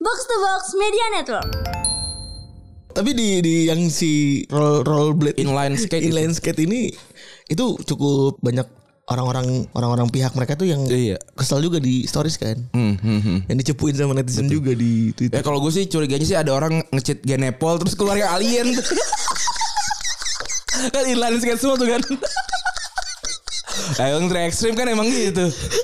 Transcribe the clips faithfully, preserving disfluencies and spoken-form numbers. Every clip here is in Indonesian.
Box to Box Media Network. Tapi di di yang si roll rollerblade inline skate inline skate ini itu cukup banyak orang-orang orang-orang pihak mereka tuh yang iya. kesel juga di stories kan. Hmm, hmm, hmm. Yang dicepuin sama netizen betul. Juga di Twitter. Ya kalau gue sih curiganya sih ada orang nge-cheat Genepol terus keluarnya alien. Kan inline skate semua tuh kan. Kayak yang tiga ekstrim kan emang gitu.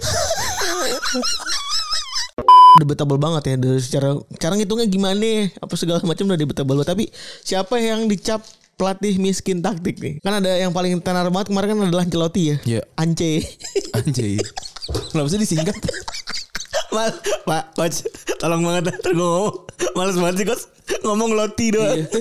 Debatable banget ya dari secara cara ngitungnya gimana apa segala macam udah debatable banget. Tapi siapa yang dicap pelatih miskin taktik nih? Kan ada yang paling tenar banget kemarin kan adalah Ancelotti ya. Iya. Ance. Ance. Kenapa sih disingkat? Mas, Pak, coach, tolong banget dah. Terus gue ngomong, males banget sih coach ngomong Lotti doang. Iya.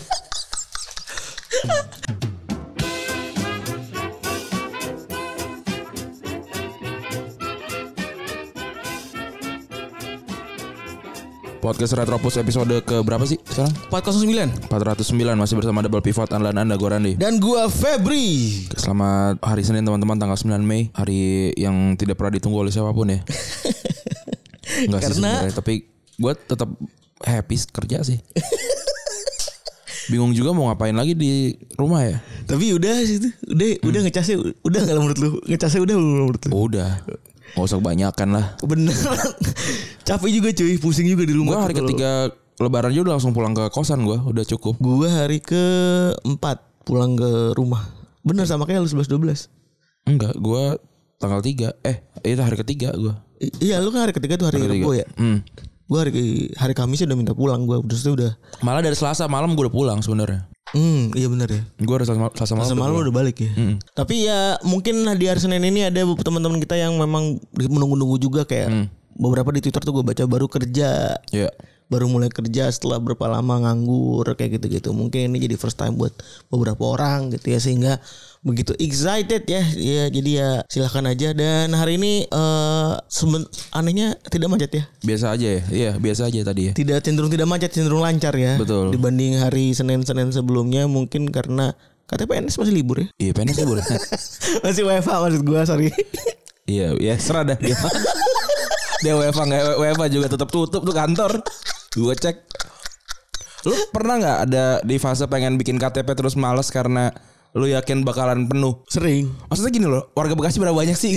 Podcast Retropus episode ke berapa sih sekarang? empat nol sembilan empat nol sembilan masih bersama Double Pivot andalan Anda gue Randy. Dan gua Febri. Selamat hari Senin teman-teman tanggal sembilan Mei. Hari yang tidak pernah ditunggu oleh siapapun ya. Enggak sih sebenarnya, tapi gue tetap happy kerja sih. Bingung juga mau ngapain lagi di rumah ya. Tapi udah sih udah hmm. udah ngecasnya udah enggak menurut lu? Ngecasnya udah belum menurut lu? Udah. Gak usah kebanyakan lah. Bener. Capek juga cuy, pusing juga di rumah. Gue hari ketiga lebaran aja udah langsung pulang ke kosan gue. Udah cukup. Gue hari keempat pulang ke rumah. Bener sama kayak lu sebelas dua belas. Enggak, gue tanggal tiga. Eh itu hari ketiga gue. I- Iya lu kan hari ketiga tuh hari, hari Rebo ya. Hmm. Gue hari hari Kamis udah minta pulang gue. Udah udah. Malah dari Selasa malam gue udah pulang sebenarnya. Hmm, iya benar ya. Gue udah Selasa, Selasa malam. Selasa malam udah balik ya. Hmm. Tapi ya mungkin di hari Senin ini ada teman-teman kita yang memang menunggu-nunggu juga kayak hmm. beberapa di Twitter tuh gue baca baru kerja. Iya. Yeah. Baru mulai kerja setelah berapa lama nganggur kayak gitu-gitu. Mungkin ini jadi first time buat beberapa orang gitu ya, sehingga begitu excited ya. Ya jadi ya silahkan aja. Dan hari ini uh, seben- anehnya tidak macet ya. Biasa aja ya. Iya, biasa aja tadi ya. Tidak cenderung tidak macet, cenderung lancar ya. Betul. Dibanding hari Senin-Senin sebelumnya mungkin karena katanya P N S masih libur ya. Iya, P N S libur. Masih W F H maksud gue, sorry. Iya, ya serah dah. Dia W F H enggak W F H juga tetap tutup tuh kantor. Gue cek. Lu pernah gak ada di fase pengen bikin K T P terus males karena lu yakin bakalan penuh? Sering. Maksudnya gini loh, warga Bekasi berapa banyak sih?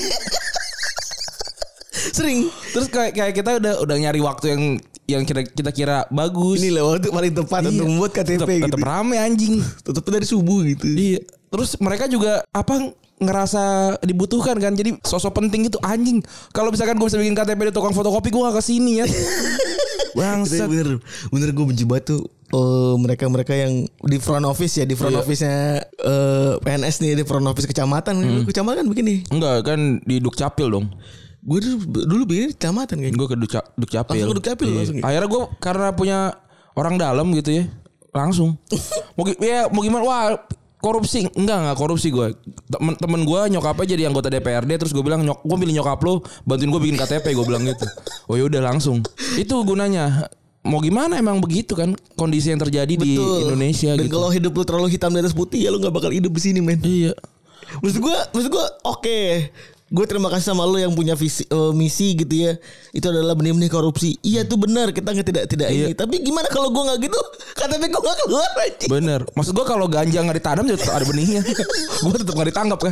Sering. Terus kayak kayak kita udah udah nyari waktu yang yang kita kita kira bagus. Ini loh waktu paling tepat iya. Untuk membuat K T P tetep, gitu. Tetap rame anjing. Tetap dari subuh gitu. Iya. Terus mereka juga apa ngerasa dibutuhkan kan, jadi sosok penting gitu anjing. Kalau misalkan gue bisa bikin K T P di tukang fotokopi gue gak kesini ya. Bangsat. Bener bener gue benci banget tuh uh, mereka-mereka yang di front office ya, di front iya. office-nya uh, P N S nih, di front office kecamatan. Hmm. Kecamatan begini. Enggak kan di Dukcapil dong. Gue dulu, dulu bikin kecamatan kan. Gue ke Dukca, Dukcapil. Langsung ke Dukcapil iya. langsung. Akhirnya gue karena punya orang dalam gitu ya, langsung. mau ya mau gimana? Wah, korupsi enggak enggak korupsi gue. Temen temen gue nyokapnya jadi anggota D P R D, terus gue bilang nyok gue pilih nyokap lo bantuin gue bikin K T P, gue bilang gitu. Oh ya udah langsung. Itu gunanya. Mau gimana emang begitu kan kondisi yang terjadi. Betul. Di Indonesia. Dan gitu. Kalau hidup lu terlalu hitam di atas putih ya lu nggak bakal hidup di sini men. Iya. Maksud gue, maksud gue oke. Okay. Gue terima kasih sama lo yang punya visi, uh, misi gitu ya. Itu adalah benih-benih korupsi. Iya tuh benar, kita nggak tidak tidak iya. ini. Tapi gimana kalau gue nggak gitu? K T P gue nggak keluar aja. Bener. Maksud gue kalau ganja nggak ditanam tetap ada benihnya. Gue tetap nggak ditangkap kan.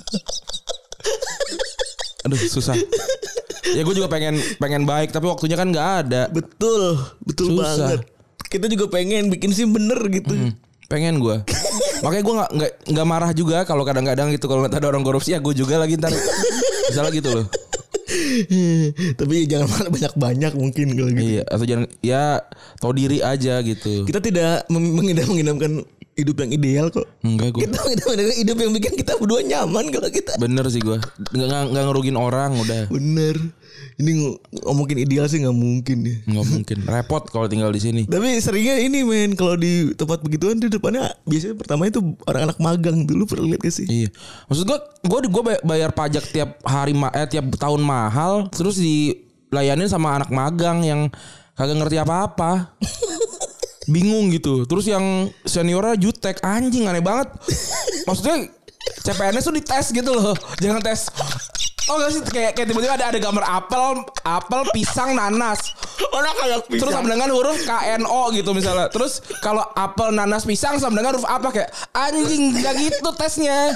Aduh susah. Ya gue juga pengen pengen baik tapi waktunya kan nggak ada. Betul, betul susah. Banget. Kita juga pengen bikin sih bener gitu. Mm-hmm. Pengen gue. Makanya gue nggak nggak nggak marah juga kalau kadang-kadang gitu kalau ada orang korupsi ya gue juga lagi ntar misalnya gitu loh. Tapi jangan marah banyak-banyak mungkin kalau gitu. Iya atau jangan ya tahu diri aja gitu. Kita tidak mengidam-idamkan hidup yang ideal kok. Enggak gue. Kita mengidam-idamkan hidup yang bikin kita berdua nyaman kalau kita. Bener sih gue. Nggak nggak ngerugin orang udah. Bener. Ini ngomongin ideal sih nggak mungkin ya. Nggak mungkin. Repot kalau tinggal di sini. Tapi seringnya ini men kalau di tempat begituan di depannya biasanya pertama itu orang anak magang dulu pernah lihat gak sih? Iya. Maksud gue, gue gue bayar pajak tiap hari eh tiap tahun mahal, terus dilayanin sama anak magang yang kagak ngerti apa-apa. Bingung gitu. Terus yang seniornya jutek anjing aneh banget. Maksudnya C P N S tuh dites gitu loh. Jangan tes Oh gak sih kayak kayak tiba-tiba ada ada gambar apel, apel, pisang, nanas. Orang kayak pisang. Terus sama dengan huruf K N O gitu misalnya. Terus kalau apel, nanas, pisang sama dengan huruf apa kayak anjing gak gitu tesnya.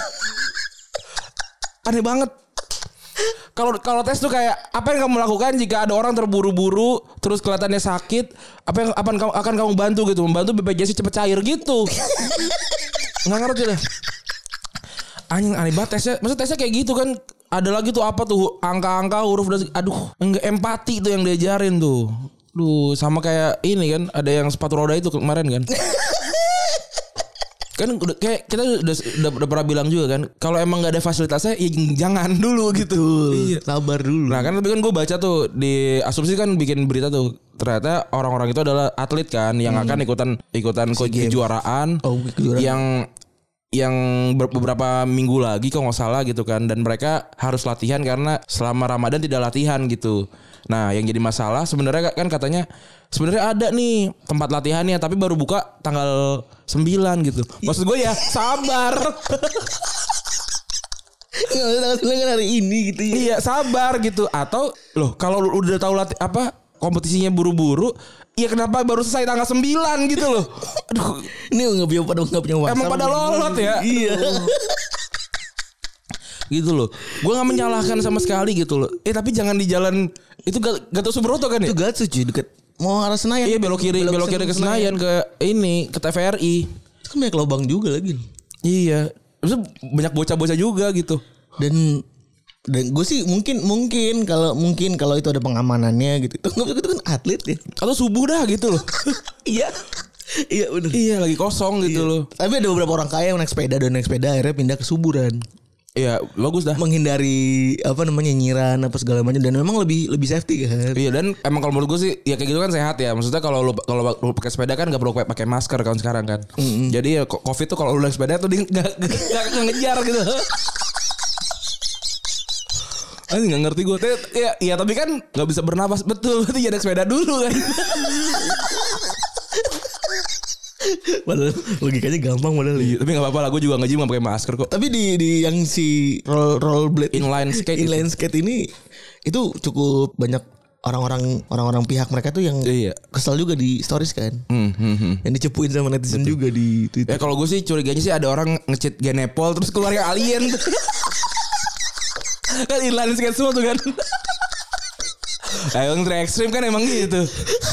Aneh banget. Kalau kalau tes tuh kayak apa yang kamu lakukan jika ada orang terburu-buru terus kelihatannya sakit, apa yang apa yang akan kamu bantu gitu, membantu B P J S cepet cair gitu. Nggak ngerti deh. Anjing aneh banget tesnya. Maksud tesnya kayak gitu kan. Ada lagi tuh apa tuh angka-angka huruf dan aduh enggak empati tuh yang diajarin tuh. Duh sama kayak ini kan ada yang sepatu roda itu kemarin kan. Kan udah kayak kita udah, udah udah pernah bilang juga kan kalau emang nggak ada fasilitasnya ya jangan dulu gitu. Iya, sabar dulu. Nah kan tapi kan gue baca tuh di Asumsi kan bikin berita tuh ternyata orang-orang itu adalah atlet kan yang hmm. akan ikutan ikutan kejuaraan oh, kejuaraan yang yang beberapa minggu lagi kalau nggak salah gitu kan dan mereka harus latihan karena selama Ramadan tidak latihan gitu. Nah yang jadi masalah sebenarnya kan katanya sebenarnya ada nih tempat latihannya tapi baru buka tanggal sembilan gitu. Maksud gue ya sabar. Tanggal sembilan kan hari ini gitu ya. Iya sabar gitu. Atau loh kalau udah tahu latih apa kompetisinya buru-buru iya kenapa baru selesai tanggal sembilan gitu loh. Aduh, ini enggak punya pada enggak punya WhatsApp. Emang pada lolot ya? Iya. Gitu loh. Gue enggak menyalahkan sama sekali gitu loh. Eh tapi jangan di jalan itu Gatot Subroto kan ya? Itu Gatot cuy dekat mau arah Senayan. Iya belok kiri belok, belok kiri ke Senayan ke ini ke T V R I. Itu kan banyak lubang juga lagi. Iya. Terus banyak bocah-bocah juga gitu. Dan dan gue sih mungkin mungkin kalau mungkin kalau itu ada pengamanannya gitu. Itu kan atlet ya. Atau subuh dah gitu loh. Iya. Iya benar. Iya lagi kosong gitu iya. loh. Tapi ada beberapa orang kaya yang naik sepeda dan naik sepeda akhirnya pindah ke suburan. Iya bagus dah. Menghindari apa namanya nyiran apa segala macam dan memang lebih lebih safety kan. Iya dan emang kalau menurut gue sih ya kayak gitu kan sehat ya. Maksudnya kalau lu kalau lu pakai sepeda kan nggak perlu pakai masker kan sekarang kan. Mm-hmm. Jadi ya Covid tuh kalau lu naik sepeda tuh dia nggak nggak ngejar gitu. Aduh gak ngerti gue. Ya, ya tapi kan gak bisa bernapas. Betul. Berarti ya naik sepeda dulu kan. Padahal logikanya gampang padahal. Iya, tapi gak apa-apa lah. Gue juga gak gym pakai masker kok. Tapi di di yang si roll roll blade inline skate inline skate ini itu cukup banyak orang-orang orang-orang pihak mereka tuh yang iya. kesel juga di stories kan. Hmm, hmm, hmm. Yang dicepuin sama netizen betul. Juga di Twitter. Ya kalau gue sih curiganya sih ada orang nge-cheat Genepol terus keluarnya alien. Kan inline skate semua tuh kan. Yang tiga ekstrim kan emang gitu.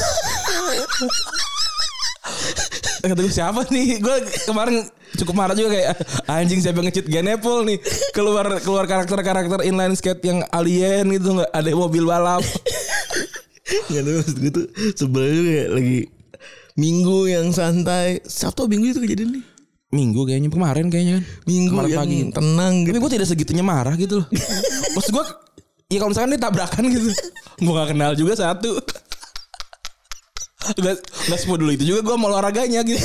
Kata gue siapa nih? Gue kemarin cukup marah juga kayak anjing siapa nge-cheat Genepol nih. Keluar keluar karakter-karakter inline skate yang alien gitu nggak ada mobil balap. Nggak tahu maksud gue tuh sebenarnya kayak lagi minggu yang santai. Sabtu minggu itu kejadian nih. Minggu kayaknya kemarin kayaknya kan. Minggu kemarin yang pagi tenang gitu. Tapi gue tidak segitunya marah gitu loh. Maksud gue ya kalau misalkan dia tabrakan gitu. Gue gak kenal juga satu. Gak, gak sepuluh itu juga gue mau olahraganya gitu.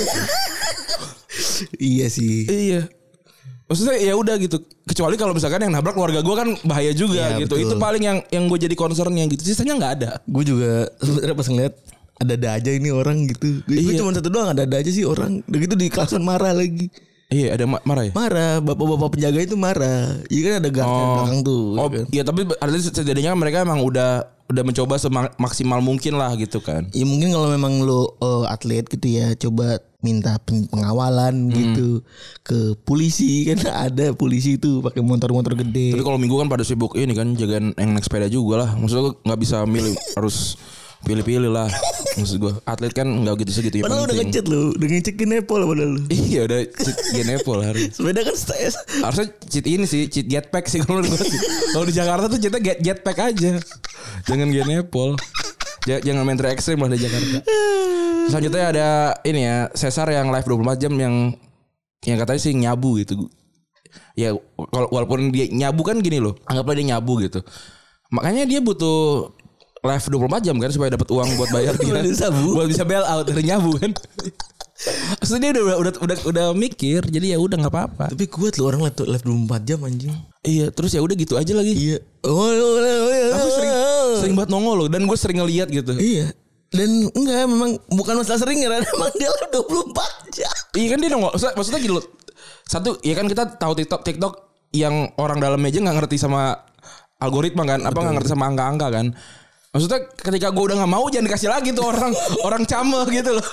Iya sih. Iya. Maksudnya ya udah gitu. Kecuali kalau misalkan yang nabrak keluarga gue kan bahaya juga ya, gitu. Betul. Itu paling yang yang gue jadi concernnya gitu. Sisanya gak ada. Gue juga sebenarnya pas ngeliat ada-ada aja ini orang gitu. Gue iya. cuma satu doang ada-ada aja sih orang. Udah gitu di klason marah lagi. Iya ada ma- marah ya? Marah. Bapak-bapak penjaga itu marah. Iya kan ada guard oh. belakang tuh. Oh kan? Iya tapi artinya setidaknya mereka emang udah udah mencoba semaksimal mungkin lah gitu kan. Iya mungkin kalau memang lo uh, atlet gitu ya coba minta pengawalan hmm. gitu ke polisi kan ada polisi itu pakai motor-motor gede. Tapi kalau minggu kan pada sibuk ini kan jagain yang naik sepeda juga lah. Maksudnya nggak bisa milih harus pilih-pilih lah. Maksud gue atlet kan gak gitu segitu ya. Padahal udah ngecet lu. Udah ngecet Genepol padahal lu. Iya udah cheat Genepol hari. Sepeda kan stres. Harusnya cheat ini sih. Cheat jetpack sih kalau menurut gue sih. Kalau di Jakarta tuh cheatnya get jetpack aja. Jangan Genepol. J- Jangan main tiga ekstrim lah di Jakarta. Selanjutnya ada ini ya Cesar yang live dua puluh empat jam yang yang katanya sih nyabu gitu. Ya walaupun dia nyabu kan gini loh. Anggaplah dia nyabu gitu. Makanya dia butuh live dua puluh empat jam kan supaya dapat uang buat bayar dia. Buat bisa bail out dari nyabu kan. Maksudnya dia udah udah udah udah mikir jadi ya udah enggak apa-apa. Tapi kuat loh orang live dua puluh empat jam anjing. Iya, terus ya udah gitu aja lagi. Iya. Oh, oh, oh, oh, aku sering sering banget nongol loh dan gue sering ngeliat gitu. Iya. Dan enggak memang bukan masalah sering ya, memang dia live dua puluh empat jam. Iya kan dia nongol. Maksudnya gitu loh. Satu, ya kan kita tahu TikTok TikTok yang orang dalam meja enggak ngerti sama algoritma kan, apa nggak ngerti sama angka-angka kan. Maksudnya ketika gue udah nggak mau jangan dikasih lagi tuh orang orang came gitu loh.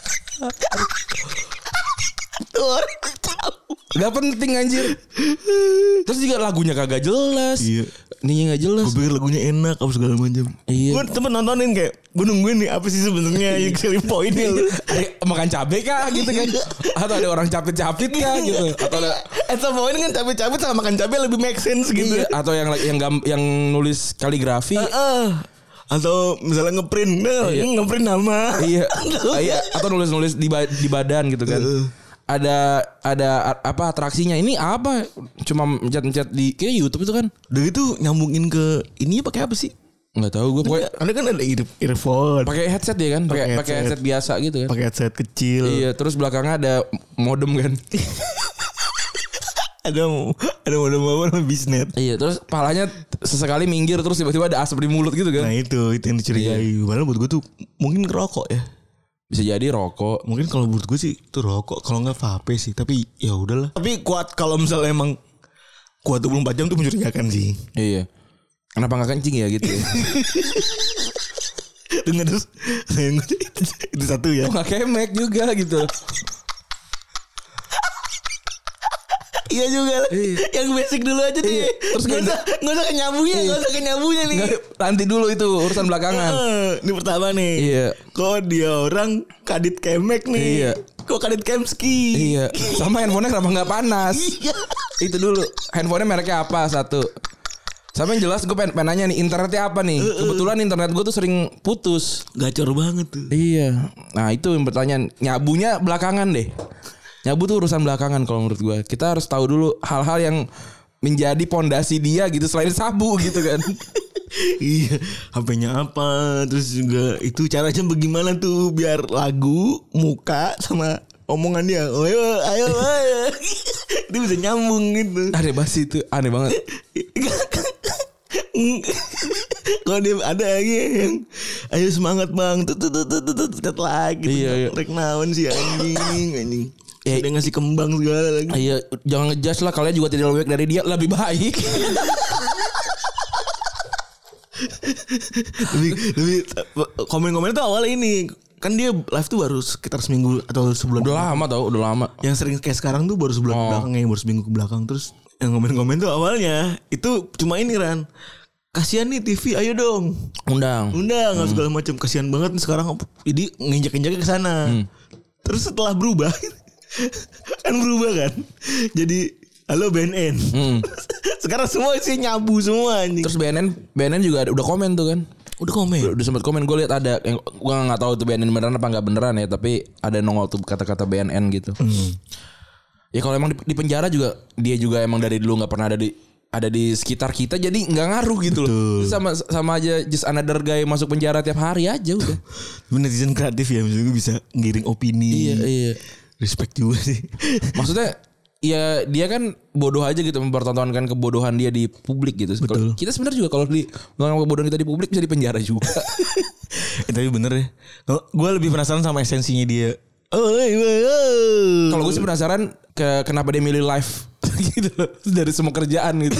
Orang tahu. Gak penting anjir. Terus juga lagunya kagak jelas. Iya. Ininya gak jelas. Gue pikir lagunya enak apa segala macam. Iya. Gue sempet nontonin kayak gue nungguin nih apa sih sebenarnya yang selling pointnya. Makan cabai kah gitu kan? Atau ada orang capit-capit kah gitu? Atau ada Atau poin kan capit-capit sama makan cabai lebih make sense gitu. Iya. Atau yang yang yang nulis kaligrafi. Uh, uh. Atau misalnya ngeprint, nah, iya. ngeprint nama. Iya. Iya. Atau nulis-nulis di di badan gitu kan. Uh. Ada ada apa atraksinya ini apa cuma mencet-mencet di kayak YouTube itu kan udah gitu nyambungin ke ini pakai apa sih nggak tahu gue pokoknya ada kan ada earphone pakai headset ya kan pakai pakai headset. headset biasa gitu kan pakai headset kecil iya terus belakangnya ada modem kan ada ada modem-modem bisnet iya terus palanya sesekali minggir terus tiba-tiba ada asap di mulut gitu kan nah itu itu yang dicurigai iya. Padahal buat gue tuh mungkin ngerokok ya. Bisa jadi rokok. Mungkin kalau menurut gue sih itu rokok. Kalau nggak vape sih. Tapi ya udahlah. Tapi kuat kalau misalnya emang kuat dua puluh empat jam tuh mencurigakan sih. Iya. Kenapa nggak kencing ya gitu ya? Dengar terus itu satu ya. Nggak kemek juga gitu. Iya juga lah. Iya. Yang basic dulu aja deh. Iya. Terus nggak usah nggak usah kenyabunya, nggak iya. usah kenyabunya nih. Nggak, nanti dulu itu urusan belakangan. Uh, ini pertama nih. Iya. Kok dia orang kadit kemek nih. Iya. Kok kadit kemski. Iya. Sama handphonenya kenapa nggak panas? Iya. Itu dulu. Handphonenya mereknya apa satu? Sama yang jelas gue pengen, pengen nanya nih internetnya apa nih? Uh, uh. Kebetulan internet gue tuh sering putus. Gacor banget tuh. Iya. Nah itu yang pertanyaan. Nyabunya belakangan deh. Nyabu tuh urusan belakangan kalau menurut gue. Kita harus tahu dulu hal-hal yang menjadi pondasi dia gitu selain sabu gitu kan. Iya, H P-nya apa? Terus juga itu caranya bagaimana tuh biar lagu, muka sama omongan dia. Oh, ayo, ayo, ayo. Dia bisa nyambung gitu. Aneh banget sih itu, aneh banget. Kalau dia ada lagi yang ayo semangat bang, tuh tuh tuh tuh tuh tuh lagi. Iya, iya. Rek naon sih anjing, anjing. Ya, dia ngasih kembang segala lagi. Iya, jangan ngejudge lah, kalian juga tidak lebih baik dari dia, lebih baik. lebih lebih komen-komen itu awalnya ini kan dia live tuh baru sekitar seminggu atau sebulan. Udah lama tau, udah lama. Yang sering kayak sekarang tuh baru sebulan oh. belakangnya, baru seminggu ke belakang. Terus yang komen-komen tuh awalnya itu cuma ini Ran. Kasihan nih T V, ayo dong. Undang. Undang hmm. segala macam. Kasihan banget nih sekarang. Jadi nginjak-injaknya ke sana. Hmm. Terus setelah berubah kan berubah kan. Jadi halo B N N. Hmm. Sekarang semua sih nyabu semua nih. Terus B N N B N N juga ada, udah komen tuh kan. Udah komen. Udah, udah sempat komen, gue lihat ada yang gue nggak tahu tuh B N N beneran apa nggak beneran ya, tapi ada nongol tuh kata-kata B N N gitu. Hmm. Ya kalau emang di, di penjara juga dia juga emang dari dulu nggak pernah ada di ada di sekitar kita, jadi nggak ngaruh gitu. Betul. Loh. Sama sama aja just another guy masuk penjara tiap hari aja udah. Netizen kreatif ya, maksudnya bisa ngiring opini. Iya iya. Respect juga sih. Maksudnya ya dia kan bodoh aja gitu mempertontonkan kebodohan dia di publik gitu. Betul. Kalo, kita sebenarnya juga kalau di melakukan kebodohan kita di publik bisa dipenjara juga. eh, tapi bener ya. Kalau gue lebih penasaran sama esensinya dia. Oh, oh, oh. Kalau gue sih penasaran ke kenapa dia milih live gitu loh dari semua kerjaan gitu.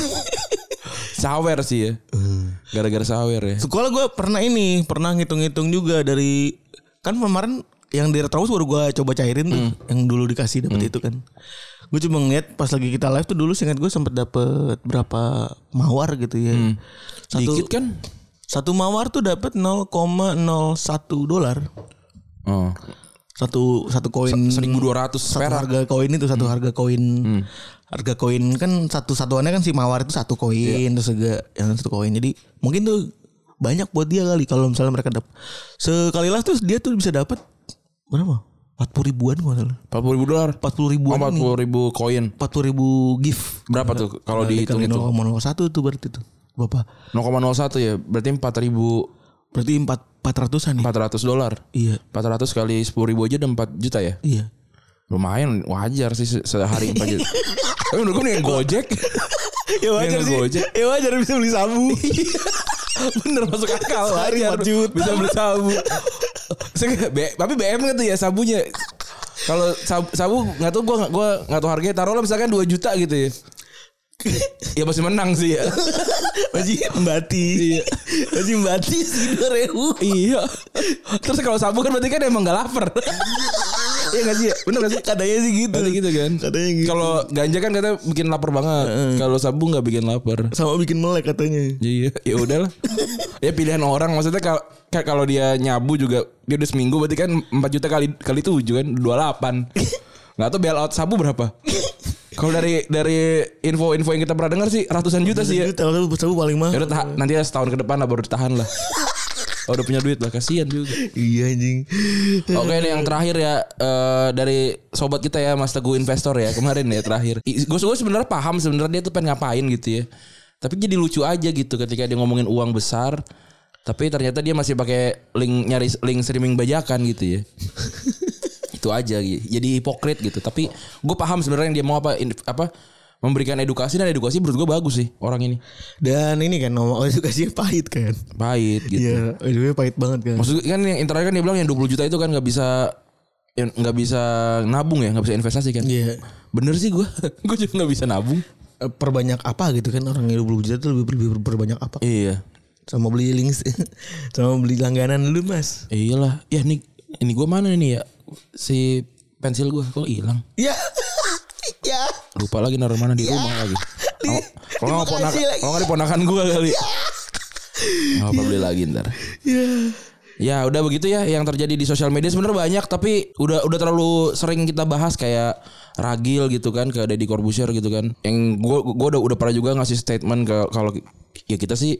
Sawer sih ya. Gara-gara sawer ya. Sekolah gue pernah ini, pernah ngitung-ngitung juga dari kan kemarin yang di Retrobus baru gue coba cairin tuh, hmm. yang dulu dikasih dapat hmm. itu kan. Gue cuma ngeliat pas lagi kita live tuh dulu seingat gue sempet dapet berapa mawar gitu ya. Hmm. Satu, dikit kan? Satu mawar tuh dapet nol koma nol satu dolar. Oh. Satu satu koin seribu dua ratus perak. Harga koin itu satu hmm. harga koin. Hmm. Harga koin kan satu satuannya kan si mawar itu satu koin yeah. terus juga yang satu koin. Jadi mungkin tuh banyak buat dia kali kalau misalnya mereka dapat sekali live tuh dia tuh bisa dapat berapa? empat puluh ribuan gak salah. empat puluh ribu dolar. empat puluh ribuan. Oh, empat puluh ribu koin. empat puluh ribu gift. Berapa tuh kalau nah, dihitung itu? nol koma nol satu tuh berarti tuh. Berapa? nol koma nol satu ya. Berarti empat ribu. Berarti empat ratusan nih. empat ratus dolar. Iya. empat ratus kali sepuluh ribu aja udah empat juta ya? Iya. Lumayan wajar sih sehari empat juta. Tapi menurut gue nih Gojek. Ya wajar sih. Gojek. Ya wajar bisa beli sabu. Bener masuk akal. Sehari empat juta. Bisa beli sabu. Tapi B M kan tuh ya sabunya. Kalau sabu, sabu nggak tahu gue nggak gue nggak tahu harganya. Taruhlah misalkan dua juta gitu ya. Ya masih menang sih ya. Masih mbati. Iya. Masih mbati sih dua ribu. Iya. Terus kalau sabu kan berarti kan emang gak lapar. Iya gak sih? Bener gak sih? Katanya sih gitu. Katanya gitu kan. Katanya gitu. Kalau ganja kan katanya bikin lapar banget. Uh. Kalau sabu gak bikin lapar. Sama bikin melek katanya. Iya. Ya udahlah. Ya pilihan orang. Maksudnya kalau kalau dia nyabu juga dia udah seminggu berarti kan empat juta kali kali tujuh kan dua puluh delapan. Nggak tahu bail out sabu berapa? Kalau dari dari info-info yang kita pernah dengar sih ratusan juta sih ya. Ratusan juta sabu paling mahal. Ya udah tahan, nanti ya setahun ke depan lah baru ditahan lah. Oh, udah punya duit lah, kasihan juga. Iya anjing. Oke nih yang terakhir ya uh, dari sobat kita ya Mas Teguh Investor ya kemarin ya terakhir. Gue gue sebenarnya paham sebenarnya dia tuh pengen ngapain gitu ya. Tapi jadi lucu aja gitu ketika dia ngomongin uang besar. Tapi ternyata dia masih pakai link nyari link streaming bajakan gitu ya. Itu aja gitu. Jadi hipokrit gitu. Tapi gue paham sebenarnya yang dia mau apa apa memberikan edukasi dan edukasi menurut gue bagus sih orang ini. Dan ini kan ngomong edukasinya pahit kan. Pahit gitu. Iya, edukasinya pahit banget kan. Maksudnya kan yang terakhir kan dia bilang yang dua puluh juta itu kan nggak bisa nggak bisa nabung ya, nggak bisa investasi kan. Iya. Bener sih gue. Gue juga nggak bisa nabung. Perbanyak apa gitu kan orang yang dua puluh juta itu lebih lebih perbanyak apa? Iya. Sama beli link sama beli langganan dulu mas. Iyalah. Ya nih ini gue mana nih ya? Si pensil gue kok hilang? Ya, ya. Lupa lagi naruh mana di ya. Rumah lagi. Kalau nggak ponakan, kalau nggak ponakan gue kali. Nggak apa beli lagi ntar. Ya. Ya udah begitu ya yang terjadi di sosial media sebenarnya banyak tapi udah udah terlalu sering kita bahas kayak ragil gitu kan ke Deddy Corbuzier gitu kan. Yang gue gue udah udah pernah juga ngasih statement ke kalau ya kita sih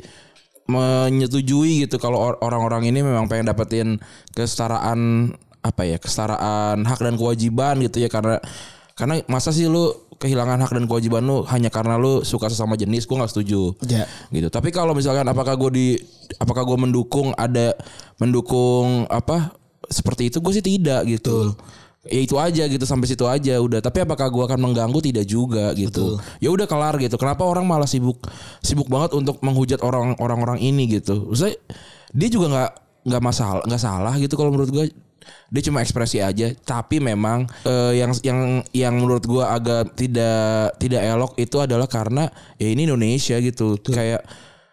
menyetujui gitu kalau orang-orang ini memang pengen dapetin kesetaraan apa ya kesetaraan hak dan kewajiban gitu ya karena karena masa sih lu kehilangan hak dan kewajiban lu hanya karena lu suka sesama jenis, gue nggak setuju ya. Gitu. Tapi kalau misalkan apakah gue di apakah gue mendukung ada mendukung apa seperti itu, gue sih tidak gitu. Betul. Ya itu aja gitu sampai situ aja udah. Tapi apakah gue akan mengganggu tidak juga gitu. Ya udah kelar gitu. Kenapa orang malah sibuk sibuk banget untuk menghujat orang orang-orang ini gitu. Maksudnya dia juga nggak nggak masalah nggak salah gitu kalau menurut gue. Dia cuma ekspresi aja. Tapi memang eh, yang yang yang menurut gue agak tidak tidak elok itu adalah karena ya ini Indonesia gitu. Tuh. Kayak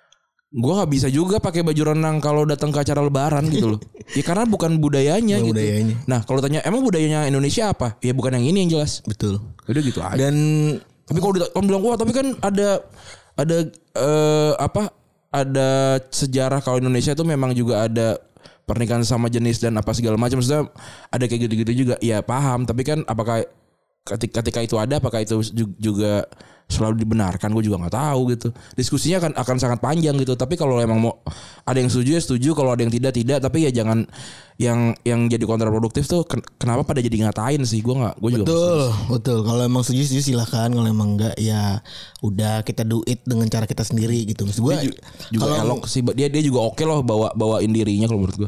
gue nggak bisa juga pakai baju renang kalau datang ke acara lebaran gitu loh. Ya karena bukan budayanya bukan gitu. Budayanya. Nah kalau tanya emang budayanya Indonesia apa? Ya bukan yang ini yang jelas. Betul. Udah gitu aja. Dan tapi kalau kamu bilang wah tapi kan ada ada uh, apa? Ada sejarah kalau Indonesia itu memang juga ada pernikahan sama jenis dan apa segala macam. Maksudnya ada kayak gitu-gitu juga. Ya paham. Tapi kan apakah ketika, ketika itu ada apakah itu juga selalu dibenarkan, gue juga nggak tahu gitu. Diskusinya akan akan sangat panjang gitu. Tapi kalau emang mau ada yang setuju ya setuju, kalau ada yang tidak tidak. Tapi ya jangan yang yang jadi kontraproduktif tuh kenapa pada jadi ngatain sih? Gue nggak, gue juga betul betul. Kalau emang setuju setuju silahkan. Kalau emang enggak ya udah kita do it dengan cara kita sendiri gitu. Maksud gue juga kalau elok sih dia dia juga oke loh bawa bawain dirinya kalau menurut gue.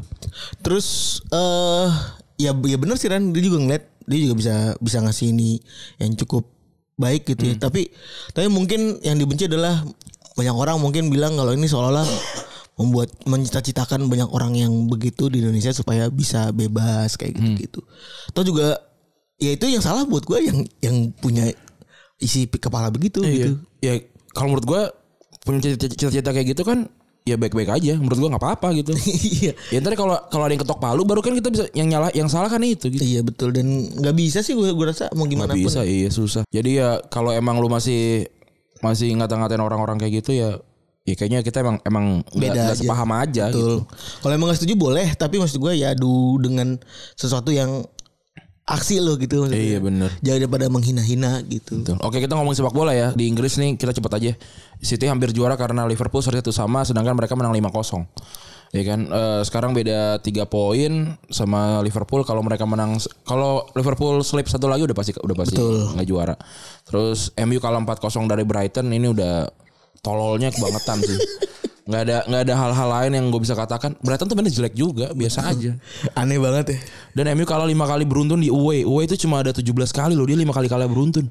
Terus eh uh, ya ya benar sih Ran, dia juga ngeliat dia juga bisa bisa ngasih ini yang cukup baik gitu ya. Hmm. Tapi tapi mungkin yang dibenci adalah banyak orang mungkin bilang kalau ini seolah-olah membuat mencita-citakan banyak orang yang begitu di Indonesia supaya bisa bebas kayak gitu-gitu. Hmm. Atau juga ya itu yang salah buat gue yang yang punya isi kepala begitu eh, gitu. Ya, ya kalau menurut gue punya cita-cita kayak gitu kan ya baik-baik aja, menurut gua nggak apa-apa gitu. Iya. Ya ntar kalau kalau ada yang ketok palu baru kan kita bisa yang nyalah yang salah kan itu gitu. Iya betul dan nggak bisa sih gue gue rasa mau gimana pun. Nggak bisa, pun. iya susah. Jadi ya kalau emang lu masih masih ngata-ngatain orang-orang kayak gitu ya, ya kayaknya kita emang emang nggak sepaham aja. Betul. Gitu. Kalau emang nggak setuju boleh, tapi maksud gue ya adu dengan sesuatu yang aksi lo gitu maksudnya. Iya benar. Jangan daripada menghina-hina gitu. Betul. Oke kita ngomong sepak bola ya. Di Inggris nih kita cepat aja. City hampir juara karena Liverpool seri satu sama sedangkan mereka menang lima kosong. Ya kan uh, sekarang beda tiga poin sama Liverpool. Kalau mereka menang kalau Liverpool slip satu lagi udah pasti udah pasti nggak juara. Terus M U kalah empat kosong dari Brighton, ini udah tololnya kebangetan sih. Nggak ada nggak ada hal-hal lain yang gue bisa katakan. Brighton tuh mainnya jelek juga, biasa aja. Aneh banget ya. Dan M U kalah lima kali beruntun di away. Away itu cuma ada tujuh belas kali loh, dia lima kali kalah beruntun.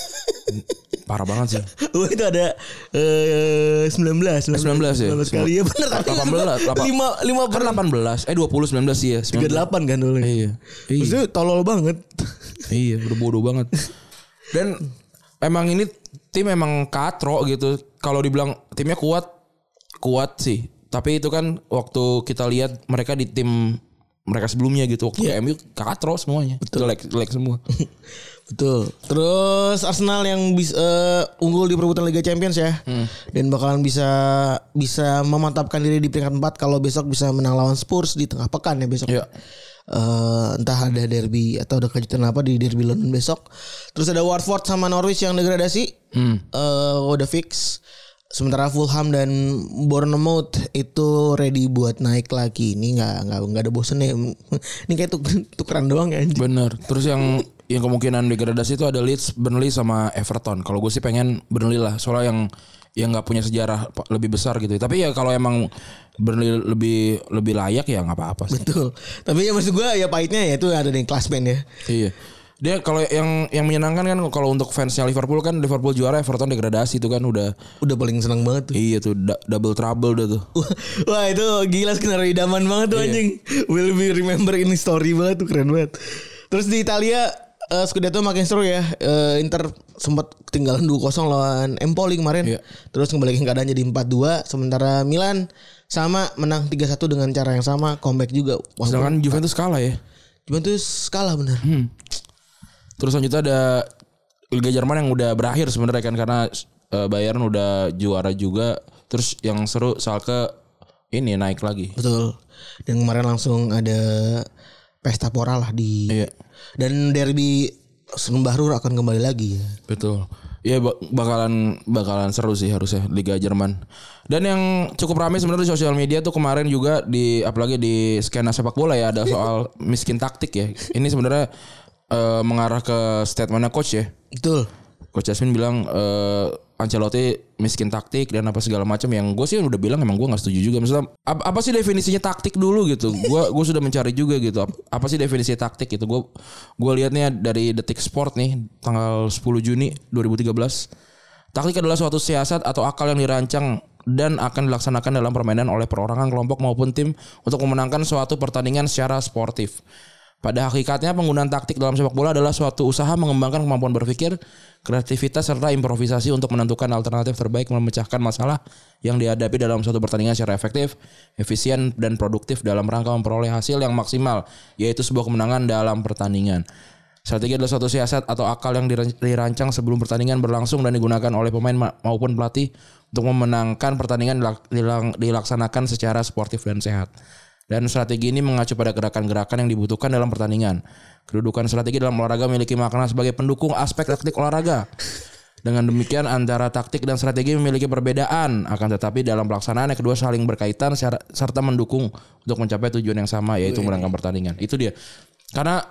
Parah banget sih. Away itu ada uh, sembilan belas sembilan belas ya. sembilan belas kali ya benar. delapan belas lima lima kan delapan belas eh dua puluh sembilan belas sih ya. tiga puluh delapan kan dulu. Iya. Maksudnya tolol banget. Iya, udah bodoh banget. Dan emang ini tim emang katro gitu. Kalau dibilang timnya kuat, kuat sih. Tapi itu kan waktu kita lihat mereka di tim mereka sebelumnya gitu. Waktu yeah. M U katro semuanya. Betul. Jelek, jelek semua. Betul. Terus Arsenal yang bisa uh, unggul di perebutan Liga Champions ya. Hmm. Dan bakalan bisa bisa memantapkan diri di peringkat empat kalau besok bisa menang lawan Spurs di tengah pekan ya besok. Yeah. Uh, entah ada derby atau ada kejutan apa di derby London besok. Terus ada Watford sama Norwich yang degradasi. Hmm. Uh, udah fix. Sementara Fulham dan Bournemouth itu ready buat naik lagi. Ini nggak nggak nggak ada bosennya. Ini kayak tuk, tukeran doang ya. Bener. Terus yang yang kemungkinan degradasi itu ada Leeds, Burnley sama Everton. Kalau gue sih pengen Burnley lah. Soalnya yang yang nggak punya sejarah lebih besar gitu. Tapi ya kalau emang Burnley lebih lebih layak ya nggak apa-apa sih. Betul. Tapi ya maksud gue ya pahitnya ya itu ada di klasmen ya. Iya. Dia kalau yang yang menyenangkan kan kalau untuk fansnya Liverpool kan Liverpool juara Everton degradasi itu kan udah udah paling senang banget tuh. Iya tuh da- double trouble udah tuh. Wah itu gila skenario idaman banget tuh iya. Anjing. Will be remember in story banget tuh keren banget. Terus di Italia uh, Scudetto makin seru ya. Uh, Inter sempat ketinggalan dua kosong lawan Empoli kemarin. Iya. Terus ngembalikan keadaan jadi empat dua sementara Milan sama menang tiga satu dengan cara yang sama, comeback juga. Sedangkan Juventus kalah ya. Juventus kalah benar. Hmm. Terus selanjutnya ada Liga Jerman yang udah berakhir sebenarnya kan karena uh, Bayern udah juara juga. Terus yang seru Schalke ini naik lagi. Betul. Dan kemarin langsung ada pesta pora lah di iya. Dan derby Sembahrur akan kembali lagi ya. Betul. Iya bakalan bakalan seru sih harusnya Liga Jerman. Dan yang cukup ramai sebenarnya di sosial media tuh kemarin juga di apalagi di skena sepak bola ya ada soal miskin taktik ya. Ini sebenarnya Uh, mengarah ke statementnya coach ya. Betul. Coach Jasmine bilang uh, Ancelotti miskin taktik dan apa segala macam. Yang gue sih udah bilang emang gue nggak setuju juga. Maksudnya apa, apa sih definisinya taktik dulu gitu? Gue gue sudah mencari juga gitu. Apa, apa sih definisi taktik gitu? Gue gue liatnya dari Detik Sport nih tanggal sepuluh Juni dua ribu tiga belas. Taktik adalah suatu siasat atau akal yang dirancang dan akan dilaksanakan dalam permainan oleh perorangan, kelompok maupun tim untuk memenangkan suatu pertandingan secara sportif. Pada hakikatnya penggunaan taktik dalam sepak bola adalah suatu usaha mengembangkan kemampuan berpikir, kreativitas serta improvisasi untuk menentukan alternatif terbaik memecahkan masalah yang dihadapi dalam suatu pertandingan secara efektif, efisien dan produktif dalam rangka memperoleh hasil yang maksimal, yaitu sebuah kemenangan dalam pertandingan. Strategi adalah suatu siasat atau akal yang dirancang sebelum pertandingan berlangsung dan digunakan oleh pemain maupun pelatih untuk memenangkan pertandingan dilaksanakan secara sportif dan sehat. Dan strategi ini mengacu pada gerakan-gerakan yang dibutuhkan dalam pertandingan. Kedudukan strategi dalam olahraga memiliki makna sebagai pendukung aspek taktik olahraga. Dengan demikian antara taktik dan strategi memiliki perbedaan, akan tetapi dalam pelaksanaan yang kedua saling berkaitan serta mendukung untuk mencapai tujuan yang sama, yaitu memenangkan pertandingan. Itu dia. Karena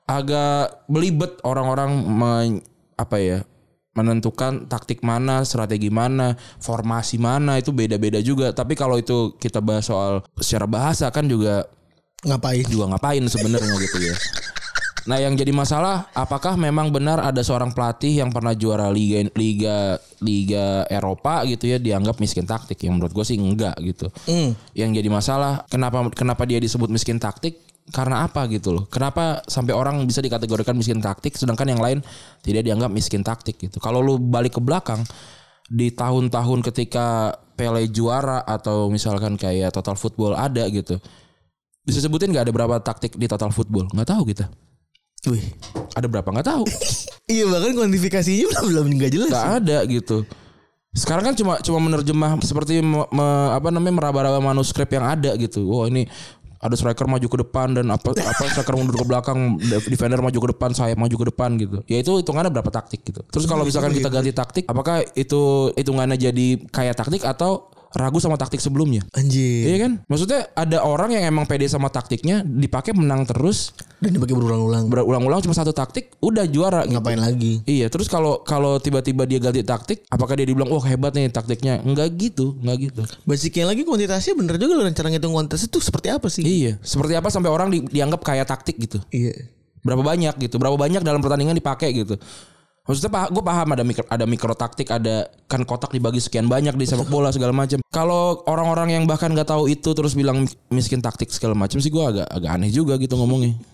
agak belibet orang-orang men, apa ya? menentukan taktik mana, strategi mana, formasi mana itu beda-beda juga. Tapi kalau itu kita bahas soal secara bahasa kan juga ngapain juga ngapain sebenarnya gitu ya. Nah yang jadi masalah apakah memang benar ada seorang pelatih yang pernah juara liga liga liga Eropa gitu ya dianggap miskin taktik? Yang menurut gue sih enggak gitu. Mm. Yang jadi masalah kenapa kenapa dia disebut miskin taktik? Karena apa gitu loh. Kenapa sampai orang bisa dikategorikan miskin taktik sedangkan yang lain tidak dianggap miskin taktik gitu. Kalau lu balik ke belakang di tahun-tahun ketika Pele juara atau misalkan kayak Total Football ada gitu. Bisa sebutin enggak ada berapa taktik di Total Football? Enggak tahu kita. Wih, ada berapa enggak tahu. Iya bahkan kuantifikasinya belum belum enggak jelas. Enggak ada gitu. Sekarang kan cuma cuma menerjemah seperti me, me, apa namanya meraba-raba manuskrip yang ada gitu. Oh ini ada striker maju ke depan dan apa apa striker mundur ke belakang, defender maju ke depan, sayap maju ke depan gitu. Ya itu hitungannya berapa taktik gitu. Terus kalau misalkan kita ganti taktik, apakah itu hitungannya jadi kayak taktik atau ragu sama taktik sebelumnya? Anjir. Iya kan? Maksudnya ada orang yang emang pede sama taktiknya, dipakai menang terus dan dipakai berulang-ulang. Berulang-ulang cuma satu taktik udah juara. Ngapain gitu lagi? Iya, terus kalau kalau tiba-tiba dia ganti taktik, apakah dia dibilang, "Oh, hebat nih taktiknya?" Enggak gitu, enggak gitu. Basicnya lagi kuantitasnya bener juga loh, cara ngitung kuantitas itu seperti apa sih? Iya, seperti apa sampai orang di, dianggap kayak taktik gitu. Iya. Berapa banyak gitu? Berapa banyak dalam pertandingan dipakai gitu. Maksudnya gue paham ada mikro, ada mikro taktik, ada kan kotak dibagi sekian banyak di sepak bola segala macam. Kalau orang-orang yang bahkan nggak tahu itu terus bilang miskin taktik segala macam sih gue agak agak aneh juga gitu ngomongnya.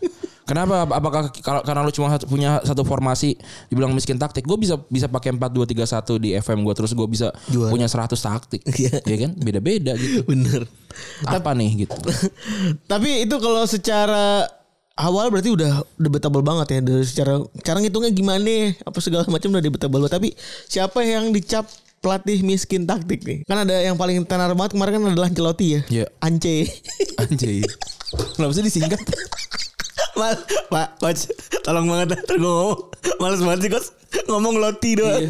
Kenapa? Apakah kalau karena lu cuma punya satu formasi dibilang miskin taktik, gue bisa bisa pakai empat dua tiga satu di F M gue terus gue bisa juara. Punya seratus taktik. Iya ya kan? Beda-beda gitu. Bener. Apa nih gitu. Tapi itu kalau secara awal berarti udah debatable banget ya, dari secara cara ngitungnya gimana apa segala macam udah debatable. Tapi siapa yang dicap pelatih miskin taktik nih? Kan ada yang paling tenar banget kemarin kan adalah Ancelotti ya. Yeah. Ance. Ance. Kenapa sih disingkat? Mas, Pak, Coach, tolong banget ntar gue ngomong. Males banget sih Coach ngomong Loti doang.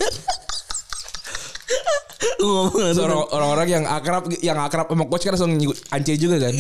Ngomong so, orang-orang yang akrab yang akrab sama Coach kan langsung nyebut Ance juga kan.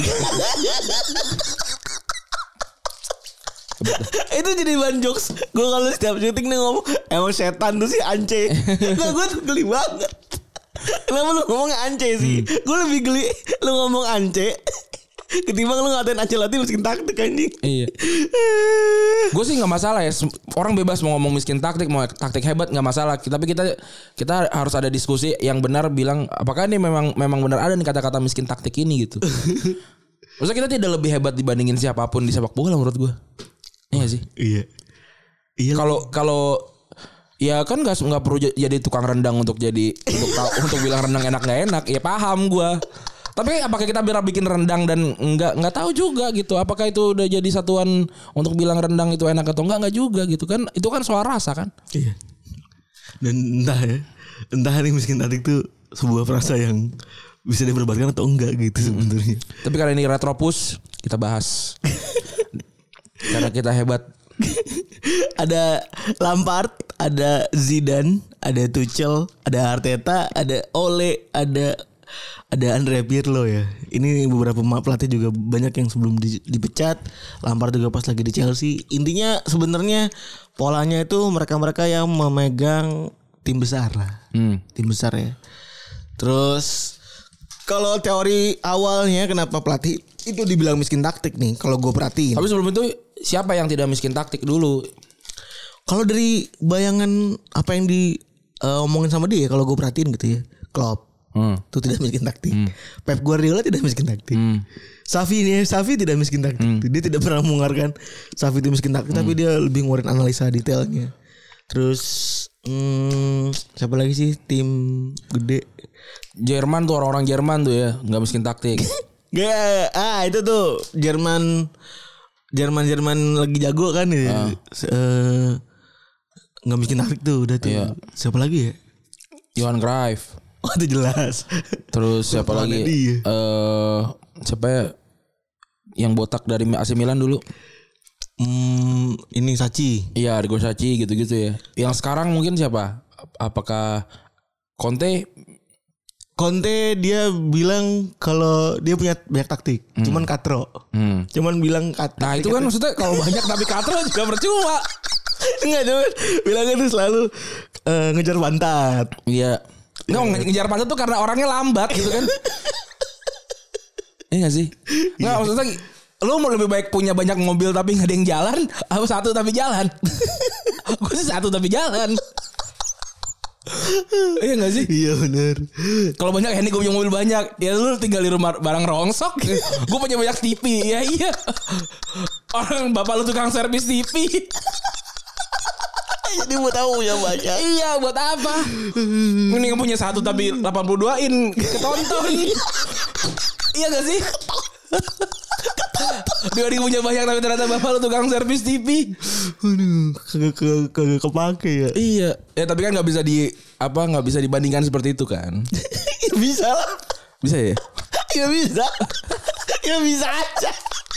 Itu jadi bahan jokes. Gue kalau setiap syuting nih ngomong emang setan tuh si Ance. Nah gue tuh geli banget. Kenapa lu ngomong Ance sih? hmm. Gue lebih geli lu ngomong Ance ketimbang lu ngatain Ancelotti miskin taktik anjing. Iya. Gue sih nggak masalah ya. Orang bebas mau ngomong miskin taktik, mau taktik hebat nggak masalah. Tapi kita kita harus ada diskusi yang benar bilang apakah ini memang memang benar ada nih kata-kata miskin taktik ini gitu. Maksudnya kita tidak lebih hebat dibandingin siapapun di sepak bola menurut gue. Iya sih. Iya. Iya. Kalau kalau ya kan nggak nggak perlu jadi tukang rendang untuk jadi untuk untuk bilang rendang enak nggak enak. Ya paham gue. Tapi apakah kita biar bikin rendang dan nggak nggak tahu juga gitu. Apakah itu udah jadi satuan untuk bilang rendang itu enak atau enggak? Nggak juga gitu kan. Itu kan soal rasa kan. Iya. Dan entah ya, entah nih miskin taktik itu sebuah frasa yang bisa diperdebatkan atau enggak gitu sebenarnya. Tapi karena ini Retropus kita bahas. Karena kita hebat. Ada Lampard, ada Zidane, ada Tuchel, ada Arteta, ada Ole, ada ada Andrea Pirlo ya. Ini beberapa pelatih juga banyak yang sebelum di, dipecat. Lampard juga pas lagi di Chelsea. Intinya sebenarnya polanya itu mereka-mereka yang memegang tim besar lah. Hmm. Tim besar ya. Terus kalau teori awalnya kenapa pelatih itu dibilang miskin taktik nih? Kalau gue perhatiin. Tapi sebelum itu siapa yang tidak miskin taktik dulu? Kalau dari bayangan apa yang diomongin uh, sama dia, kalau gue perhatiin gitu ya, Klopp. Hmm. Itu tidak miskin taktik. Hmm. Pep Guardiola tidak miskin taktik. Hmm. Xavi nih, Xavi tidak miskin taktik. Hmm. Dia tidak pernah mengeluarkan Xavi itu miskin taktik, hmm. tapi dia lebih ngeluarin analisa detailnya. Terus hmm, siapa lagi sih tim gede? Jerman tuh orang-orang Jerman tuh ya, nggak miskin taktik. Gak, ah itu tuh Jerman, Jerman Jerman lagi jago kan ya. Uh. Nggak miskin taktik tuh udah tuh. Iya. Siapa lagi ya? Johan Cruyff. Oh itu jelas. Terus siapa lagi? Eh uh, siapa ya? Yang botak dari A C Milan dulu. Hmm, ini Sachi. Iya, Arrigo Sacchi gitu-gitu ya. Yang sekarang mungkin siapa? Apakah Conte? Conte dia bilang kalau dia punya banyak taktik, hmm. cuman katro. Hmm. Cuman bilang kat. Nah, itu kan maksudnya kalau banyak tapi katro juga percuma. Enggak, cuman bilangnya tuh selalu uh, ngejar pantat. Iya. Nggak, ngejar pantat tuh karena orangnya lambat gitu kan. Iya gak sih? Nggak, maksudnya lu mau lebih baik punya banyak mobil tapi gak ada yang jalan, atau satu tapi jalan? Gue sih satu tapi jalan. Iya gak sih? Iya benar. Kalau banyak ini gue punya mobil banyak, ya lu tinggal di rumah barang rongsok. Gue punya banyak T V. Ya iya. Orang bapak lu tukang servis T V. Jadi buat tahu ya banyak. Iya, buat apa? Mending punya satu tapi delapan puluh dua in ketonton. Iya gak sih? Dia punya banyak tapi ternyata bapak lu tukang servis T V. Aduh, kagak kagak kepake ya. Iya. Ya tapi kan nggak bisa di apa nggak bisa dibandingkan seperti itu kan? Bisa lah. Bisa ya? Ya bisa. Ya bisa aja.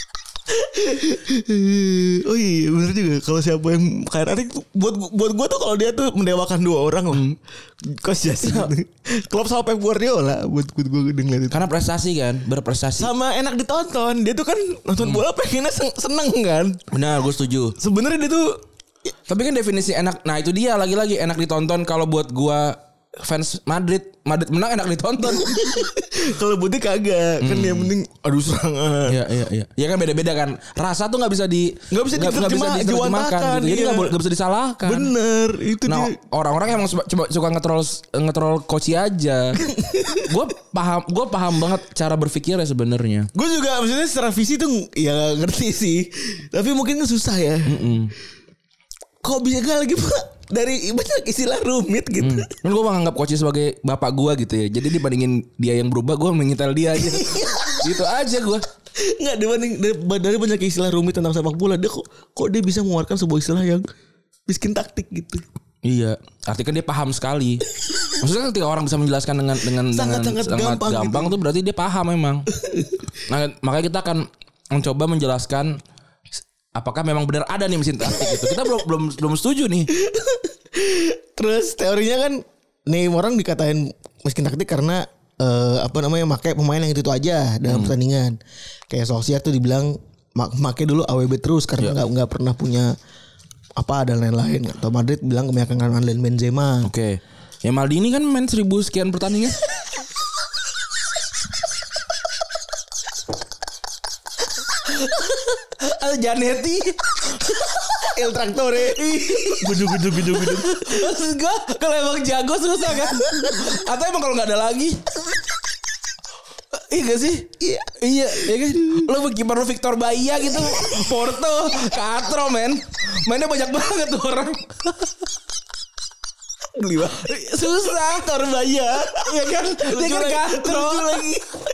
Oh iya bener juga. Kalau siapa yang kayak Atik buat buat gue tuh kalau dia tuh mendewakan dua orang loh. Coach Justin Klopp sama Pep Guardiola buat gue gue ngeliat itu. Karena prestasi kan, berprestasi. Sama enak ditonton. Dia tuh kan nonton bola pengennya seneng kan. Benar, gue setuju. Sebenarnya dia tuh tapi kan definisi enak. Nah itu dia lagi-lagi enak ditonton kalau buat gue fans Madrid, Madrid menang enak ditonton. Kalau putih kagak, kan yang penting aduh serangan. Iya iya iya. Ya kan beda-beda kan. Rasa tuh nggak bisa di nggak bisa diterjemahkan gitu. Jadi nggak boleh nggak bisa disalahkan. Bener itu nah, dia. Orang-orang emang coba suka ngetrol ngetrol Koci aja. Gue paham, gue paham banget cara berpikirnya sebenarnya. Gue juga maksudnya secara visi tuh ya ngerti sih. Tapi mungkin kan susah ya. Mm-mm. Kok bisa gak lagi Pak? Dari banyak istilah rumit gitu. Hmm. Kan gue menganggap Koci sebagai bapak gue gitu ya. Jadi dibandingin dia yang berubah, gue mengintel dia aja. Gitu aja gue. Nggak dibanding dari, dari banyak istilah rumit tentang sepak bola, dia kok kok dia bisa mengeluarkan sebuah istilah yang miskin taktik gitu. Iya, artinya kan dia paham sekali. Maksudnya ketika orang bisa menjelaskan dengan dengan sangat, dengan sangat gampang, gampang gitu. Tuh berarti dia paham memang. Nah, makanya kita akan mencoba menjelaskan apakah memang benar ada nih mesin taktik itu. Kita belum belum belum setuju nih. Terus teorinya kan nih orang dikatain miskin taktik karena uh, apa namanya pakai pemain yang itu-itu aja dalam hmm. pertandingan. Kayak Solskjaer tuh dibilang pakai dulu A W B terus karena nggak yeah. nggak pernah punya apa dan lain-lain. Atau Madrid bilang kebanyakan Andelen Benzema. Oke. Okay. Ya Maldini kan main seribu sekian pertandingan. Janetti El Traktore gudug gudug gudug gudug. Maksud gue kalau emang jago susah kan. Atau emang kalau gak ada lagi. Iya gak sih? Iya Iya ya kan. Lo kiper Victor Bahia gitu, Porto, Castro men. Mainnya banyak banget tuh orang. Geli banget. Susah Victor Bahia. Iya kan. Dia kan Castro lagi.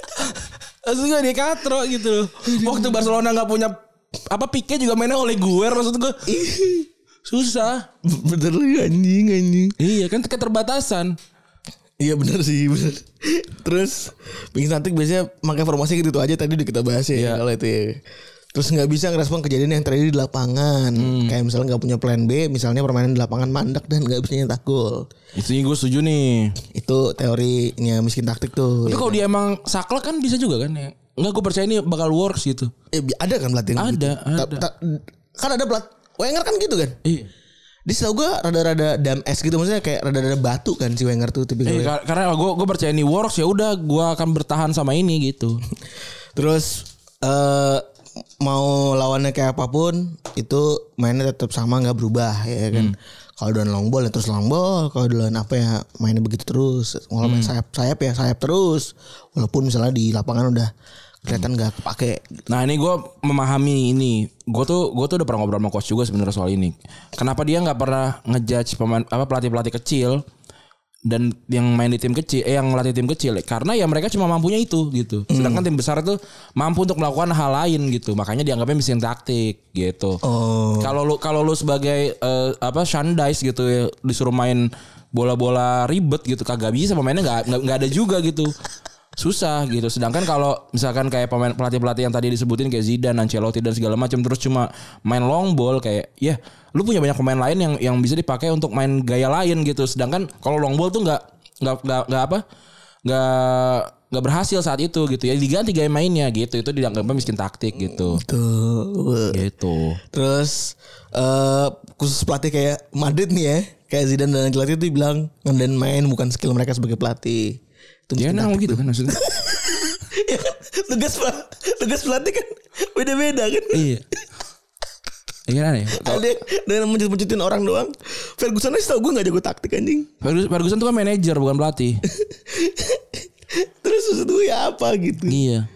Maksud gue dia Castro gitu. Waktu Barcelona gak punya apa Pique juga mainnya oleh gue, maksud gue susah. Bener anjing anjing. Iya kan keterbatasan. Iya bener sih bener. Terus bikin cantik biasanya pakai formasi gitu aja tadi udah kita bahas ya, ya. Kalau itu ya. Terus nggak bisa ngerespon kejadian yang terjadi di lapangan. Hmm. Kayak misalnya nggak punya plan B, misalnya permainan di lapangan mandek dan nggak bisa nyetak gol. Itu gue setuju nih. Itu teorinya miskin taktik tuh. Tapi ya kalau kan? Dia emang saklek kan bisa juga kan ya. Enggak, gue percaya ini bakal works gitu. Eh, ada kan pelatih ada, gitu? Ada, ta, ta, kan ada pelat. Wenger kan gitu kan? Iya. Dia setahu gue rada-rada dam es gitu, maksudnya kayak rada-rada batu kan si Wenger tuh tipikalnya. Eh, karena gue gue percaya ini works ya udah gue akan bertahan sama ini gitu. Terus uh, mau lawannya kayak apapun itu mainnya tetap sama nggak berubah ya kan. Hmm. Kalau duluan long ball ya terus long ball, kalau duluan apa ya mainnya begitu terus. Kalau main hmm. sayap-sayap ya sayap terus. Walaupun misalnya di lapangan udah kelihatan nggak kepake. Nah ini gue memahami ini. Gue tuh gue tuh udah pernah ngobrol sama coach juga sebenarnya soal ini. Kenapa dia nggak pernah ngejudge pemain apa pelatih-pelatih kecil dan yang main di tim kecil, eh yang ngelatih tim kecil? Karena ya mereka cuma mampunya itu gitu. Sedangkan hmm. tim besar itu mampu untuk melakukan hal lain gitu. Makanya dianggapnya mesin taktik gitu. Kalau oh. lu kalau lu sebagai uh, apa Shandais gitu ya, disuruh main bola-bola ribet gitu kagak bisa, pemainnya nggak nggak ada juga gitu. Susah gitu. Sedangkan kalau misalkan kayak pemain pelatih-pelatih yang tadi disebutin kayak Zidane, Ancelotti dan segala macam terus cuma main long ball kayak ya lu punya banyak pemain lain yang yang bisa dipakai untuk main gaya lain gitu. Sedangkan kalau long ball tuh nggak nggak nggak apa nggak nggak berhasil saat itu gitu ya, diganti gaya mainnya gitu. Itu dianggapnya miskin taktik gitu. Tuh. Gitu. Terus uh, khusus pelatih kayak Madrid nih ya, kayak Zidane dan Ancelotti itu bilang ngenden main bukan skill mereka sebagai pelatih. Ya nah gitu kan maksudnya. Ya kan, tugas tugas pelatih kan beda-beda kan. Iya. Iya aneh. Ada dengan mencut-mencutin orang doang. Ferguson aja tau gue gak jago taktik anjing. Ferguson tuh kan manajer bukan pelatih. Terus maksud gue ya apa gitu. Iya.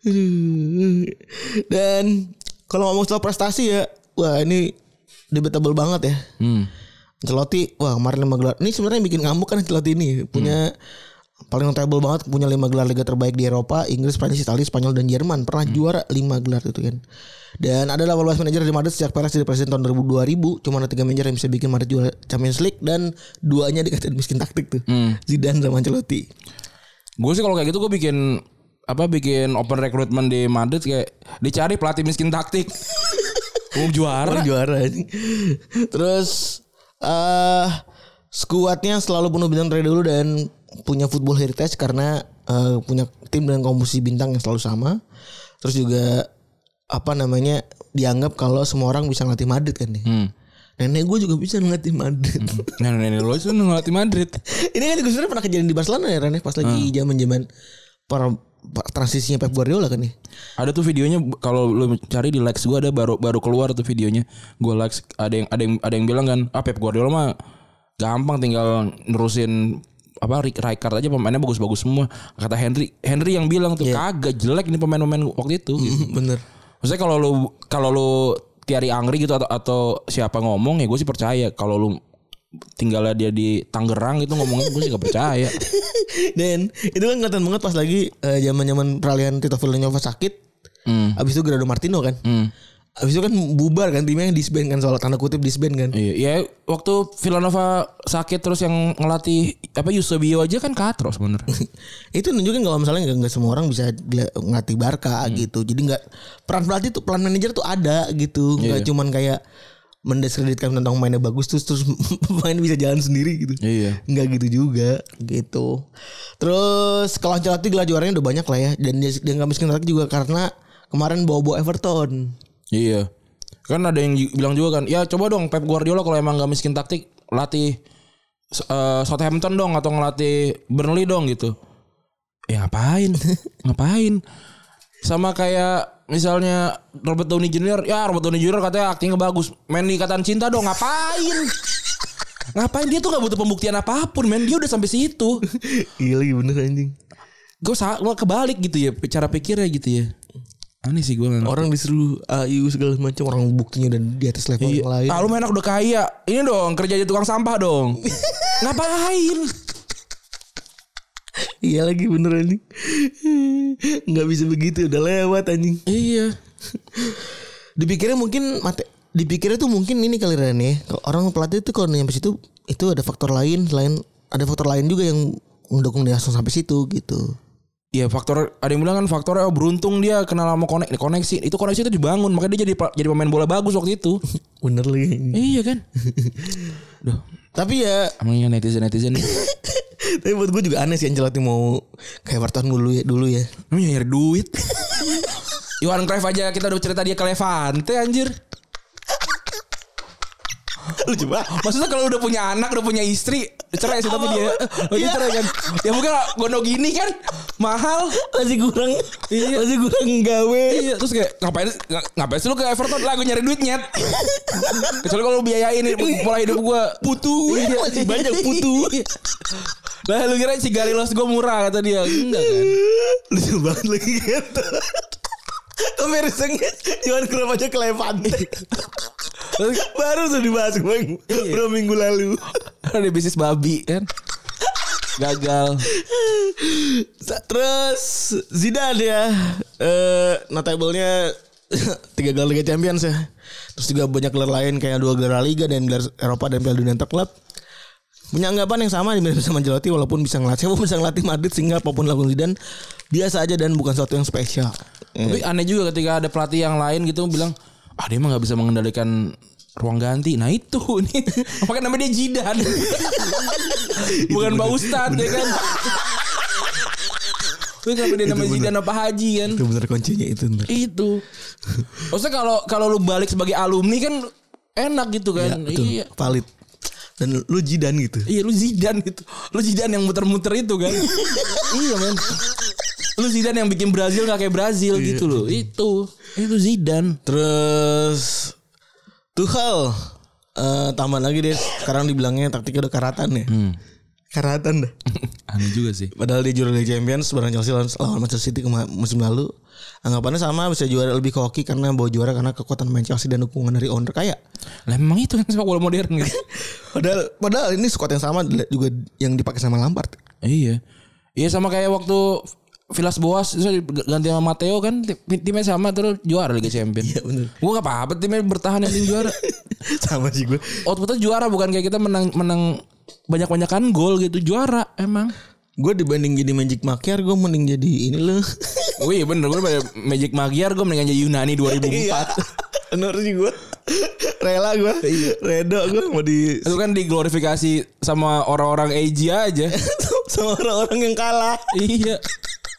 Dan kalau ngomong soal prestasi ya, wah ini debatable banget ya. Hmm. Ancelotti, wah kemarin lima gelar. Ini sebenarnya bikin ngamuk kan Ancelotti ini punya hmm. paling notable banget, punya lima gelar liga terbaik di Eropa, Inggris, Prancis, Italia, Spanyol dan Jerman. Pernah hmm. juara lima gelar itu kan. Dan ada delapan belas manajer di Madrid sejak Perez jadi presiden tahun dua ribu. Cuma ada tiga manajer yang bisa bikin Madrid juara Champions League dan duanya dikatain miskin taktik tuh. Hmm. Zidane sama Ancelotti. Gue sih kalau kayak gitu gue bikin apa bikin open recruitment di Madrid kayak dicari pelatih miskin taktik. Gue juara. Oh, juara. Terus uh, skuadnya selalu penuh bintang dari dulu dan punya football heritage karena uh, punya tim dengan komposisi bintang yang selalu sama. Terus juga apa namanya dianggap kalau semua orang bisa ngelatih Madrid kan nih. Hmm. Nenek gue juga bisa ngelatih Madrid. Nah, nenek lo itu ngelatih Madrid. Ini kan juga sebenarnya pernah kejadian di Barcelona ya Ren, pas lagi zaman-zaman para transisinya Pep Guardiola kan nih. Ada tuh videonya kalau lu cari di likes gue ada baru baru keluar tuh videonya. Gue likes ada yang ada yang ada yang bilang kan, ah Pep Guardiola mah gampang tinggal nerusin apa Rijkaard aja pemainnya bagus-bagus semua. Kata Henry Henry yang bilang tuh yeah. Kagak jelek ini pemain-pemain waktu itu. Gitu. Bener. Maksudnya kalau lu kalau lu Thierry Angri gitu atau atau siapa ngomong ya gue sih percaya. Kalau lu tinggalnya dia di Tangerang itu ngomongnya gue sih gak percaya. Dan itu kan kelihatan banget pas lagi zaman-zaman uh, peralihan Tito Villanova sakit. Hmm. Abis itu Gerardo Martino kan. Hmm. Abis itu kan bubar kan timnya, disband kan, soal tanda kutip disband kan. Iya, ya waktu Villanova sakit terus yang ngelatih apa Eusebio aja kan katro sebenarnya. Itu nunjukin kalau misalnya nggak semua orang bisa ngelatih Barca hmm. gitu. Jadi nggak, peran pelatih tuh, peran manajer tuh ada gitu. Nggak yeah. cuman kayak mendiskreditkan tentang mainnya bagus terus terus pemain bisa jalan sendiri gitu. Iya. Nggak gitu juga gitu. Terus kalau Ancelotti gelar juaranya udah banyak lah ya, dan dia dia nggak miskin taktik juga karena kemarin bawa-bawa Everton. Iya. Kan ada yang bilang juga kan, ya coba dong Pep Guardiola kalau emang gak miskin taktik latih uh, Southampton dong atau ngelatih Burnley dong gitu. Ya ngapain? Ngapain? Sama kayak misalnya Robert Downey Junior, ya Robert Downey Junior katanya aktingnya bagus, main di Ikatan Cinta dong, ngapain? Ngapain? Dia tuh gak butuh pembuktian apapun, men. Dia udah sampai situ. Iya lagi bener anjing. Gue gue kebalik gitu ya cara pikirnya gitu ya. Aneh sih gue gak ngerti. Orang disuruh A I U segala macam, orang buktinya udah di atas level iya. yang lain. Ah lu enak udah kaya, ini dong kerja jadi tukang sampah dong. Ngapain? Iya lagi bener anjing. Gak bisa begitu, udah lewat anjing. Iya. Dipikirnya mungkin mate, dipikirnya tuh mungkin ini kali Ren ya. Orang pelatih tuh kalau nyampe situ itu ada faktor lain, selain ada faktor lain juga yang mendukung dia langsung sampai situ gitu. Iya faktor, ada yang bilang kan faktornya oh, beruntung dia kenal sama konek, koneksi. Itu koneksi itu dibangun, makanya dia jadi jadi pemain bola bagus waktu itu. Bener lagi. Iya kan. Duh. Tapi ya emangnya netizen-netizen. Tapi buat gue juga aneh sih Ancelotti mau kayak Everton dulu ya dulu ya. Namanya nyari duit. Johan Cruyff aja kita udah cerita dia ke Levante anjir. Lu coba. Maksudnya kalau udah punya anak, udah punya istri, cerai sih tapi dia oh dia cerai kan. Ya mungkin gondok gini kan mahal, masih kurang. Iya, masih kurang gawe. Iya, terus kayak ngapain ngapain sih lu ke Everton lah, gue nyari duit nyet. Kecuali kalau biayain pola hidup gue putu. Iya, masih banyak putu. Lah lu kira si Garilos gue murah kata dia. Enggak kan. Lucu banget lagi gitu. Comparisonnya Johan Cruyff aja ke Levante. Baru tuh dibahas gue berapa minggu lalu. Ada bisnis babi kan. Gagal. Terus Zidane ya, uh, notable-nya tiga gelar Liga Champions ya. Terus juga banyak gelar lain kayak dua gelar Liga dan gelar Eropa dan Piala Dunia Antar Klub. Punya anggapan yang sama dengan sama Ancelotti, walaupun bisa ngelatih, walaupun bisa ngelatih Madrid sehingga apapun lakukan Zidane biasa aja dan bukan sesuatu yang spesial. Tapi aneh juga ketika ada pelatih yang lain gitu bilang, ah dia mah nggak bisa mengendalikan ruang ganti. Nah itu nih, makanya namanya dia Zidane. Bukan Pak Ustadz ya kan. Itu kenapa dia namanya Zidane apa Haji kan? Itu bener kuncinya itu. Bener. Itu. Maksudnya kalau kalau lu balik sebagai alumni kan enak gitu kan. Ya, betul. Iya. Valid. Dan lu Zidane gitu. Iya lu Zidane gitu. Lu Zidane yang muter-muter itu kan. Iya men. Lu Zidane yang bikin Brazil gak kayak Brazil iya. gitu loh. Itu. Itu Zidane. Terus Tuchel uh, tambah lagi deh. Sekarang dibilangnya taktiknya udah karatan ya. Hmm. Karatan dah. Aneh juga sih. Padahal dia juara Liga Champions bareng Chelsea lawan Manchester City musim lalu. Anggapannya sama, bisa juara lebih hoki karena bawa juara karena kekuatan main Chelsea dan dukungan dari owner kaya. Lah memang itu kan sepak bola modern gitu. padahal padahal ini squad yang sama juga yang dipakai sama Lampard. Iya. Iya sama kayak waktu Villas Boas itu ganti sama Matteo kan timnya sama terus juara Liga Champions. Iya benar. Gua enggak apa-apa timnya bertahan yang juara. Sama sih gue. Outputnya juara bukan kayak kita menang menang banyak-banyakan gol gitu, juara emang. Gue dibanding jadi Magic Magyar gue mending jadi ini loh. Oh iya bener, gue Magic Magyar gue mendingan jadi Yunani dua ribu empat. Bener sih gue. Rela gue. Redo gue mau di. Itu kan diglorifikasi sama orang-orang Asia aja. Sama orang-orang yang kalah. Iya.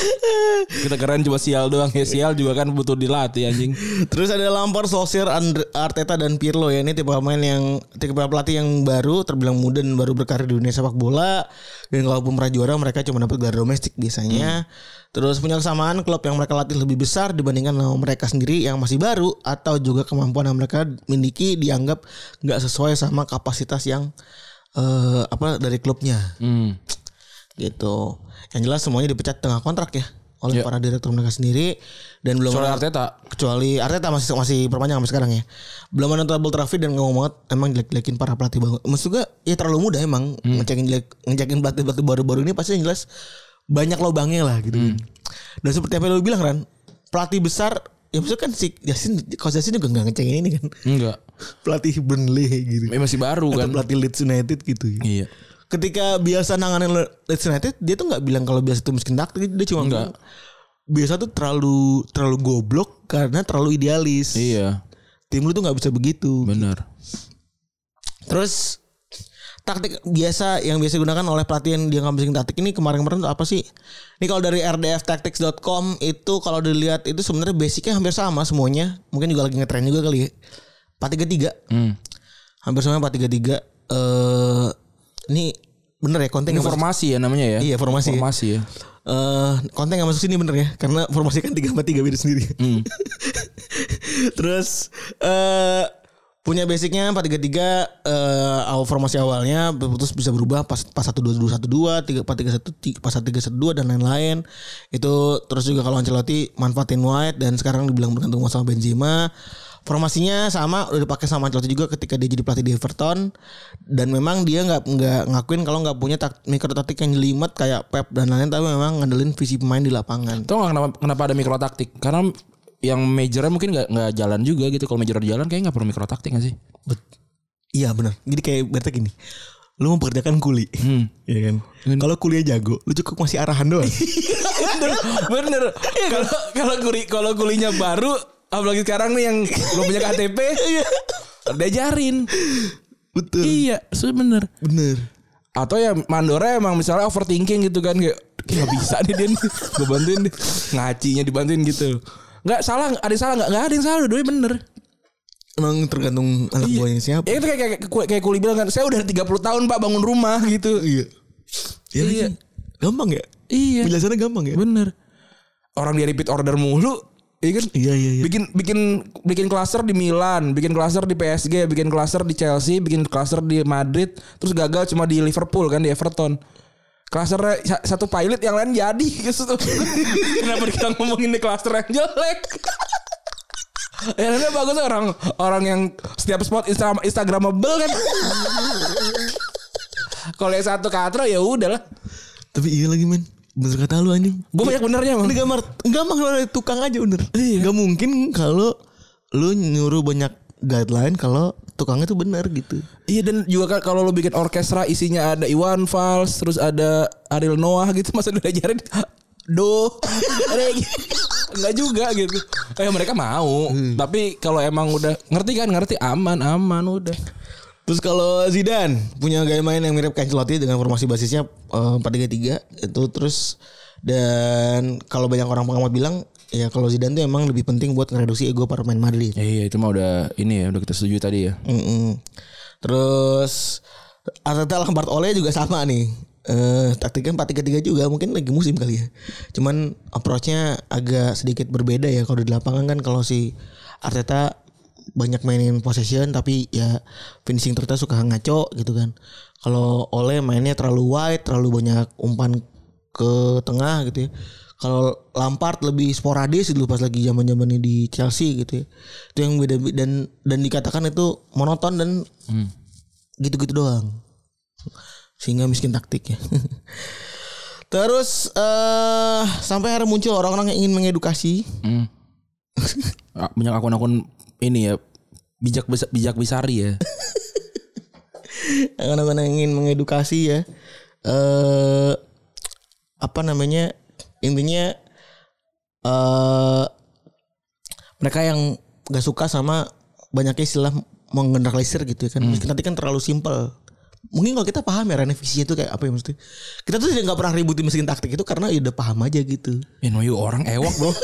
Kita keren cuma sial doang ya. Sial juga kan butuh dilatih anjing. Terus ada Lampard, Solskjaer, Arteta dan Pirlo ya. Ini tipe pemain yang tipe pelatih yang baru, terbilang muda dan baru berkarir di dunia sepak bola. Dan kalaupun pernah juara mereka cuma dapat gelar domestik biasanya. Hmm. Terus punya kesamaan klub yang mereka latih lebih besar dibandingkan sama mereka sendiri yang masih baru, atau juga kemampuan yang mereka miliki dianggap nggak sesuai sama kapasitas yang uh, apa dari klubnya. Hmm. Gitu. Yang jelas semuanya dipecat tengah kontrak ya oleh yeah. para direktur mereka sendiri, dan belum kecuali ada, Arteta. Kecuali Arteta masih masih perpanjang sampai sekarang ya. Belum ada double trophy dan ngomong banget emang jelek-jelekin para pelatih banget. Maksud gue ya terlalu mudah emang hmm. ngecekin jelek, ngecekin pelatih-pelatih baru-baru ini pasti yang jelas banyak lubangnya lah gitu. Hmm. Dan seperti apa yang lu bilang Ran, pelatih besar ya maksudnya kan si Yasin, Coach Yasin juga enggak ngecekin ini kan. Enggak. Pelatih Burnley gitu. Masih baru kan. Atau pelatih Leeds United gitu. Iya. Ketika biasa nanganin Leeds United, dia tuh nggak bilang kalau biasa itu miskin taktik, dia cuma bilang biasa tuh terlalu terlalu goblok karena terlalu idealis. Iya. Tim lu tuh nggak bisa begitu. Benar. Terus taktik biasa yang biasa digunakan oleh pelatih yang dia nggak miskin taktik ini kemarin-kemarin tuh apa sih? Ini kalau dari r d f tactics dot com itu kalau dilihat itu sebenarnya basicnya hampir sama semuanya. Mungkin juga lagi ngetren juga kali ya. empat tiga tiga. Hmm. Hampir semuanya empat tiga tiga. Eh Ini bener ya konten ini formasi ya namanya ya. Iya formasi. Formasi ya. Uh, konten gak masuk sini bener ya, karena formasi kan tiga empat tiga beda sendiri. Mm. Terus uh, punya basicnya empat tiga tiga, uh, formasi awalnya terus bisa berubah pas pas satu dua dua satu dua, tiga empat tiga satu, pas satu tiga satu dua dan lain-lain. Itu terus juga kalau Ancelotti manfaatin White dan sekarang dibilang bergantung sama Benzema. Formasinya sama, udah dipakai sama Ancelotti juga ketika dia jadi pelatih di Everton, dan memang dia nggak nggak ngakuin kalau nggak punya tak, mikro taktik yang jelimet kayak Pep dan lain-lain, tapi memang ngandelin visi pemain di lapangan. Tahu nggak kenapa, kenapa ada mikro taktik? Karena yang majornya mungkin nggak nggak jalan juga gitu. Kalau major jalan kayaknya nggak perlu mikro taktik nggak sih? Bet- iya benar. Jadi kayak berarti gini, lu mempekerjakan kuli, hmm. ya kan? Hmm. Kalau kuliah jago, lu cukup masih arahan doang. bener, bener. Kalau kalau kuli kalau kulinya baru. Apalagi sekarang nih yang belum punya K T P, diajarin. Betul. Iya, bener. Bener. Atau ya mandornya emang misalnya overthinking gitu kan, kayak nggak bisa nih dia, gue bantuin deh, ngacinya dibantuin gitu. Nggak salah, ada yang salah nggak? Nggak ada yang salah, dua-duanya bener. Emang tergantung anak iya. buahnya siapa. Ya itu kayak kayak kayak, kayak Kuli bilang kan, saya udah tiga puluh tahun Pak bangun rumah gitu. Iya. Ya, iya. Gampang ya? Iya. Penjelasannya gampang ya? Bener. Orang dia repeat order mulu. Iya kan? Iya, iya, iya. Bikin bikin bikin klaster di Milan, bikin klaster di P S G, bikin klaster di Chelsea, bikin klaster di Madrid, terus gagal cuma di Liverpool kan, di Everton. Klaster satu pilot yang lain jadi gitu. Kenapa kita ngomongin di klaster yang jelek? Ya ini bagus orang orang yang setiap spot Instagram Instagramable kan. Kalau yang satu katro ya udahlah. Tapi iya lagi men. Bener kata lu anjing. Gue banyak benernya emang. Ini gambar gampang kalau tukang aja bener. Iya. Gak mungkin kalau lu nyuruh banyak guideline kalau tukangnya tuh bener gitu. Iya, dan juga kan kalau lu bikin orkestra isinya ada Iwan Fals, terus ada Ariel Noah gitu, masa diajarin do enggak juga gitu. Kayak mereka mau. Hmm. Tapi kalau emang udah ngerti kan, ngerti aman aman udah. Terus kalau Zidane punya gaya main yang mirip Ancelotti dengan formasi basisnya empat tiga tiga itu terus, dan kalau banyak orang pengamat bilang ya kalau Zidane tuh emang lebih penting buat ngereduksi ego para pemain Madrid. Iya, itu mah udah ini ya, udah kita setuju tadi ya. Mm-mm. Terus Arteta, Lampard, Ole juga sama nih. Eh, taktiknya empat tiga tiga juga, mungkin lagi musim kali ya. Cuman approach-nya agak sedikit berbeda ya kalau di lapangan kan. Kalau si Arteta banyak mainin possession tapi ya finishing ternyata suka ngaco gitu kan. Kalau Ole mainnya terlalu wide, terlalu banyak umpan ke tengah gitu ya. Kalau Lampard lebih sporadis dulu pas lagi zaman-zamannya di Chelsea gitu ya. Itu yang beda, dan dan dikatakan itu monoton dan hmm. gitu-gitu doang. Sehingga miskin taktik ya. Terus uh, sampai akhirnya muncul orang-orang yang ingin mengedukasi. Hmm. Banyak akun-akun ini ya, bijak bijak bisari ya. Akun-akun yang ingin mengedukasi ya. Uh, apa namanya? Intinya uh, mereka yang gak suka sama banyaknya istilah menggeneralisir gitu ya kan. Hmm. Miskin taktik kan terlalu simpel Mungkin kalau kita paham ya revisinya itu kayak apa ya maksudnya. Kita tuh tidak nggak pernah ributin mesin taktik itu karena ya udah paham aja gitu. Ya no you orang ewak bro.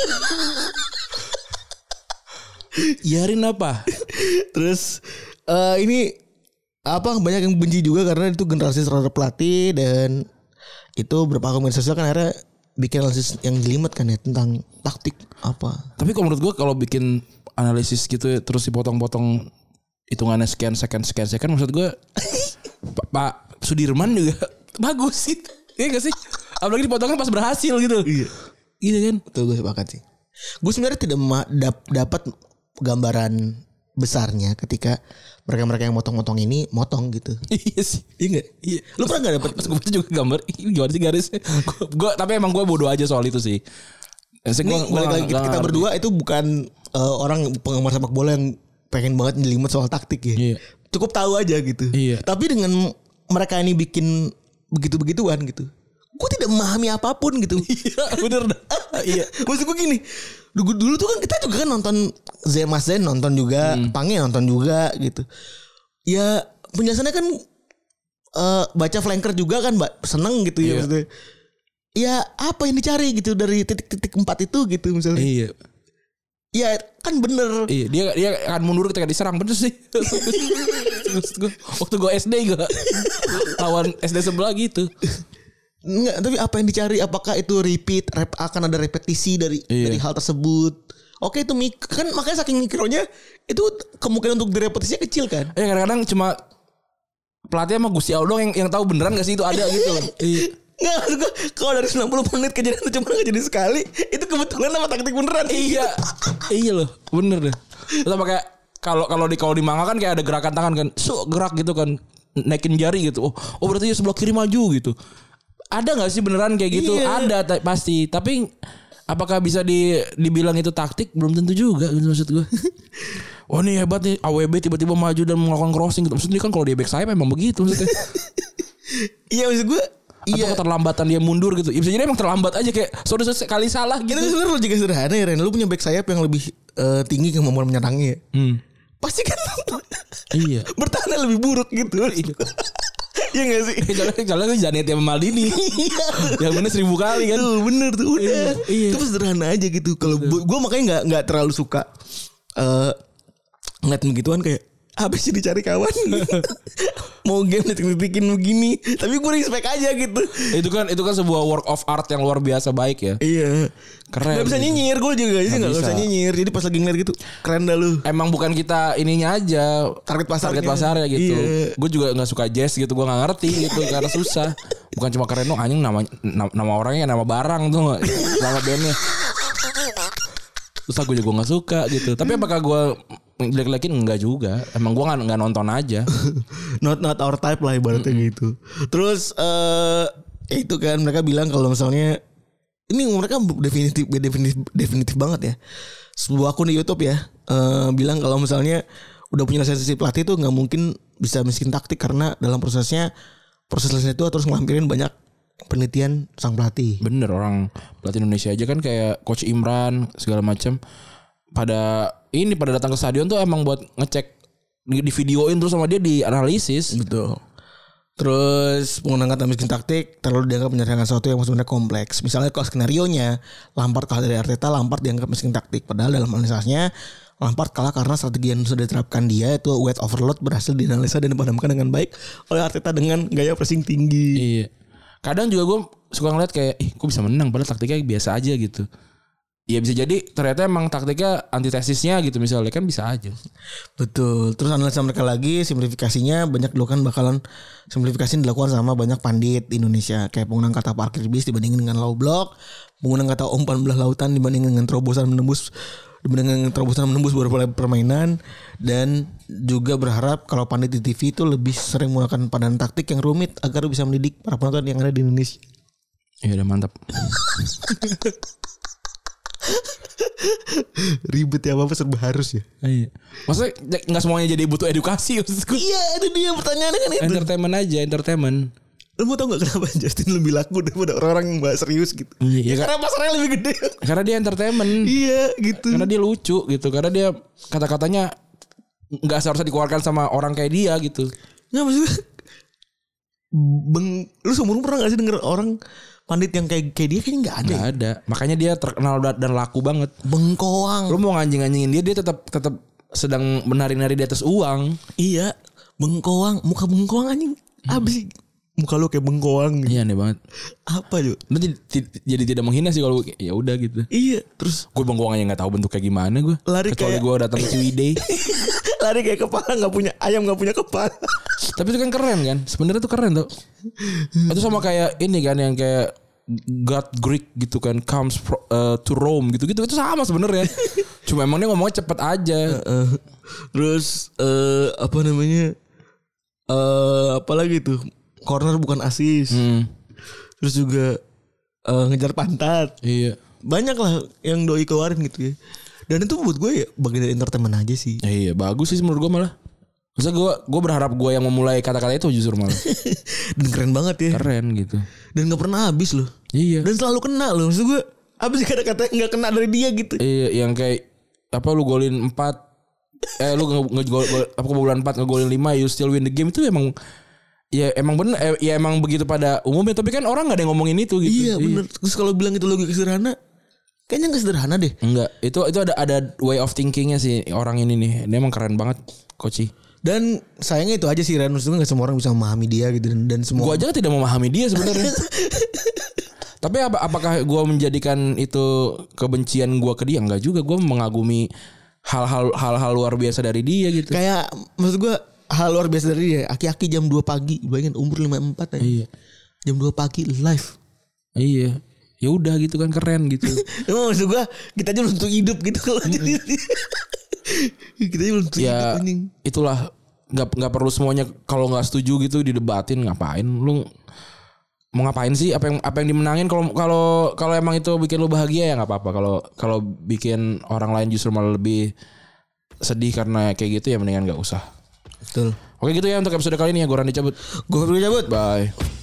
Yarin apa? Terus uh, ini apa banyak yang benci juga karena itu generasi terhadap pelatih dan itu beberapa akun media sosial kan akhirnya bikin analisis yang jelimet kan ya tentang taktik apa. Tapi kalau menurut gue kalau bikin analisis gitu ya, terus dipotong-potong hitungannya sekian sekian sekian sekian maksud gue Pak, Pak Sudirman juga bagus sih. Iya gak sih? Apalagi dipotongnya pas berhasil gitu. Iya. Gitu kan? Betul gue sepakat sih. Gue sebenarnya tidak ma- dap- dapat gambaran besarnya ketika mereka-mereka yang motong-motong ini motong gitu. Iya sih. Iya enggak? Iya. Lu pernah enggak dapat pas gue baca juga gambar ini gimana sih garisnya? Gue tapi emang gue bodoh aja soal itu sih. Ini gua, balik lagi kita, kita berdua itu bukan uh, orang penggemar sepak bola yang pengen banget nyelimet soal taktik ya. Iya. Cukup tahu aja gitu. Iya. Tapi dengan mereka ini bikin begitu-begituan gitu. Gue tidak memahami apapun gitu. Iya bener dah. Iya. Maksud gue gini. Dulu, dulu tuh kan kita juga kan nonton Zen Mas Zen nonton juga. Hmm. Pange nonton juga gitu. Ya penjelasannya kan uh, baca flanker juga kan mbak. Seneng gitu ya iya. Maksudnya. Ya apa yang dicari gitu dari titik-titik empat itu gitu misalnya. Iya. Ya kan bener. Iya dia dia akan mundur ketika diserang bener sih. Waktu gue S D gue lawan S D sebelah gitu. Enggak, tapi apa yang dicari? Apakah itu repeat? Rep, akan ada repetisi dari iya. dari hal tersebut? Oke itu mik kan makanya saking mikronya itu kemungkinan untuk direpetisinya kecil kan? Eh kadang-kadang cuma pelatih sama Gusti Allah yang yang tahu beneran gak sih itu ada gitu. Iya. Nggak, kalau dari sembilan puluh menit kejadian itu cuma kejadian sekali, itu kebetulan apa taktik beneran? Iya, iya loh, bener deh. Terus apa kayak kalau kalau di kalau di manga kan kayak ada gerakan tangan kan, so gerak gitu kan, naikin jari gitu. Oh, oh berarti sebelah kiri maju gitu. Ada nggak sih beneran kayak gitu? Iya. Ada t- pasti. Tapi apakah bisa di dibilang itu taktik? Belum tentu juga gitu maksud gue. Oh nih hebat nih A W B tiba-tiba maju dan melakukan crossing gitu. Maksudnya kan kalau dia back sayap memang begitu maksudnya. Iya maksud gue. Atau iya. keterlambatan dia mundur gitu. Ya bisa jadi emang terlambat aja kayak sudah sekali salah gitu. Itu sebenarnya logika sederhana ya Ren. Lu punya back sayap yang lebih uh, tinggi kemampuan menyerangnya. Hmm. Pasti kan iya. bertahan lebih buruk gitu. Iya gak sih? Soalnya Janet sama Maldini. Yang bener seribu kali kan. Tuh bener tuh udah. Iya, iya. Itu sederhana aja gitu. Kalau gue makanya gak, gak terlalu suka uh, ngeliat begituan kayak habis dicari kawan. Mau game detik-detikin begini. Tapi gue respect aja gitu. Itu kan itu kan sebuah work of art yang luar biasa baik ya. Iya. Keren. Gak bisa nyinyir. Gue juga sih gak, gak bisa nyinyir. Jadi pas lagi ngeliat gitu keren dah lu. Emang bukan kita ininya aja. Target pasarnya. Target pasarnya gitu. Iya. Gue juga gak suka jazz gitu. Gue gak ngerti gitu. Karena susah. Bukan cuma keren dong. Anjing nama, nama orangnya nama barang tuh gak. Nama bandnya. Terus aku juga gak suka gitu. Tapi apakah gue jelek-jelekin enggak juga. Emang gue gak, gak nonton aja. Not not our type lah ibaratnya mm-hmm. gitu. Terus uh, itu kan mereka bilang kalau misalnya ini mereka definitif definitif definitif banget ya. Sebuah akun di YouTube ya uh, bilang kalau misalnya udah punya lisensi pelatih itu nggak mungkin bisa miskin taktik karena dalam prosesnya proses lisensi itu terus ngelampirin banyak penelitian sang pelatih. Bener orang pelatih Indonesia aja kan kayak Coach Imran segala macam pada ini pada datang ke stadion tuh emang buat ngecek di, di videoin terus sama dia dianalisis. Betul. Terus penggunaan kata miskin taktik terlalu dianggap menyerahkan sesuatu yang sebenarnya kompleks. Misalnya kalau skenarionya Lampard kalah dari Arteta, Lampard dianggap miskin taktik. Padahal dalam analisisnya Lampard kalah karena strategi yang sudah diterapkan dia itu weight overload berhasil dianalisa dan dipadamkan dengan baik oleh Arteta dengan gaya pressing tinggi. Iya. Kadang juga gue suka ngeliat kayak, ih kok bisa menang padahal taktiknya biasa aja gitu. Ya bisa jadi ternyata emang taktiknya antitesisnya gitu misalnya kan bisa aja. Betul. Terus analisa mereka lagi simplifikasinya banyak dilakukan bakalan simplifikasi dilakukan sama banyak pandit di Indonesia kayak penggunaan kata parkir bis dibandingin dengan low block, penggunaan kata umpan belah lautan dibandingin dengan terobosan menembus dibandingin dengan terobosan menembus beberapa permainan dan juga berharap kalau pandit di T V itu lebih sering menggunakan padanan taktik yang rumit agar bisa mendidik para penonton yang ada di Indonesia. Iya udah mantap. Ribet ya apa-apa serba harus ya. Iya. Maksudnya gak semuanya jadi butuh edukasi maksudku. Iya itu dia pertanyaannya kan itu. Entertainment aja entertainment. Lu mau tau gak kenapa Justin lebih laku daripada orang-orang yang bahas serius gitu. Iya, ya, karena pasarnya lebih gede. Karena dia entertainment. Iya gitu. Karena dia lucu gitu. Karena dia kata-katanya gak seharusnya dikeluarkan sama orang kayak dia gitu. Nggak maksudnya Beng, lu seumur pernah gak sih denger orang pandit yang kayak kayak dia kayaknya nggak ada. Nggak ada. Makanya dia terkenal dan laku banget. Bengkoang. Lu mau nganjing-anjingin dia, dia tetap tetap sedang menari-nari di atas uang. Iya, bengkoang, muka bengkoang anjing. Hmm. Abis muka lu kayak bengkoang. Iya aneh banget. Apa tuh? Jadi, jadi tidak menghina sih kalau ya udah gitu. Iya, terus gue bengkoang aja nggak tahu bentuknya gimana gue. Lari kecuali kayak... gue datang ke Ciwidey. Lari kayak kepala nggak punya ayam nggak punya kepala. Tapi itu kan keren kan? Sebenarnya tuh keren tuh. Itu sama kayak ini kan yang kayak God Greek gitu kan, comes pro, uh, to Rome gitu-gitu, itu sama sebenarnya. Cuma emang dia ngomongnya cepet aja. Uh, uh. Terus uh, apa namanya? Uh, apa lagi tuh? Corner bukan asis. Hmm. Terus juga uh, ngejar pantat. Iya. Banyak lah yang doi keluarin gitu ya. Dan itu buat gue ya bagian dari entertainment aja sih. Ya, iya, bagus sih menurut gue malah. Maksudnya gue gue berharap gue yang memulai kata-kata itu justru malah. Dan keren banget ya. Keren gitu. Dan gak pernah habis loh. Iya. Dan selalu kena loh. Maksud gue habis kata-kata yang gak kena dari dia gitu. Iya, yang kayak apa lu golin empat, eh lu ngegol apa kebobolan empat ngegolin lima, you still win the game, itu emang ya emang bener eh, ya emang begitu pada umumnya, tapi kan orang gak ada yang ngomongin itu gitu. Iya bener. Terus kalau bilang itu logika sederhana, kayaknya gak sederhana deh. Enggak, itu itu ada ada way of thinkingnya sih orang ini nih. Dia emang keren banget, Koci. Dan sayangnya itu aja sih Ren, maksudnya gak semua orang bisa memahami dia gitu. Dan, dan semua gue aja tidak memahami dia sebenarnya. Tapi ap- apakah gue menjadikan itu kebencian gue ke dia? Enggak juga, gue mengagumi hal-hal hal-hal luar biasa dari dia gitu. Kayak maksud gue hal luar biasa dari dia. Aki-aki jam dua pagi, bayangin umur lima puluh empat aja. Iya. Jam dua pagi live. Iya. Ya udah gitu kan, keren gitu. Emang maksud gue kita aja belum tentu hidup gitu kalau jadi. Kita aja belum tentu ya, hidup anjing. Itulah, nggak nggak perlu semuanya kalau nggak setuju gitu didebatin, ngapain lu mau ngapain sih, apa yang apa yang dimenangin. Kalau kalau kalau emang itu bikin lu bahagia ya nggak apa-apa. Kalau kalau bikin orang lain justru malah lebih sedih karena kayak gitu, ya mendingan nggak usah. Betul. Oke gitu ya untuk episode kali ini ya. Gue Randy cabut. Gue Febri cabut. Bye.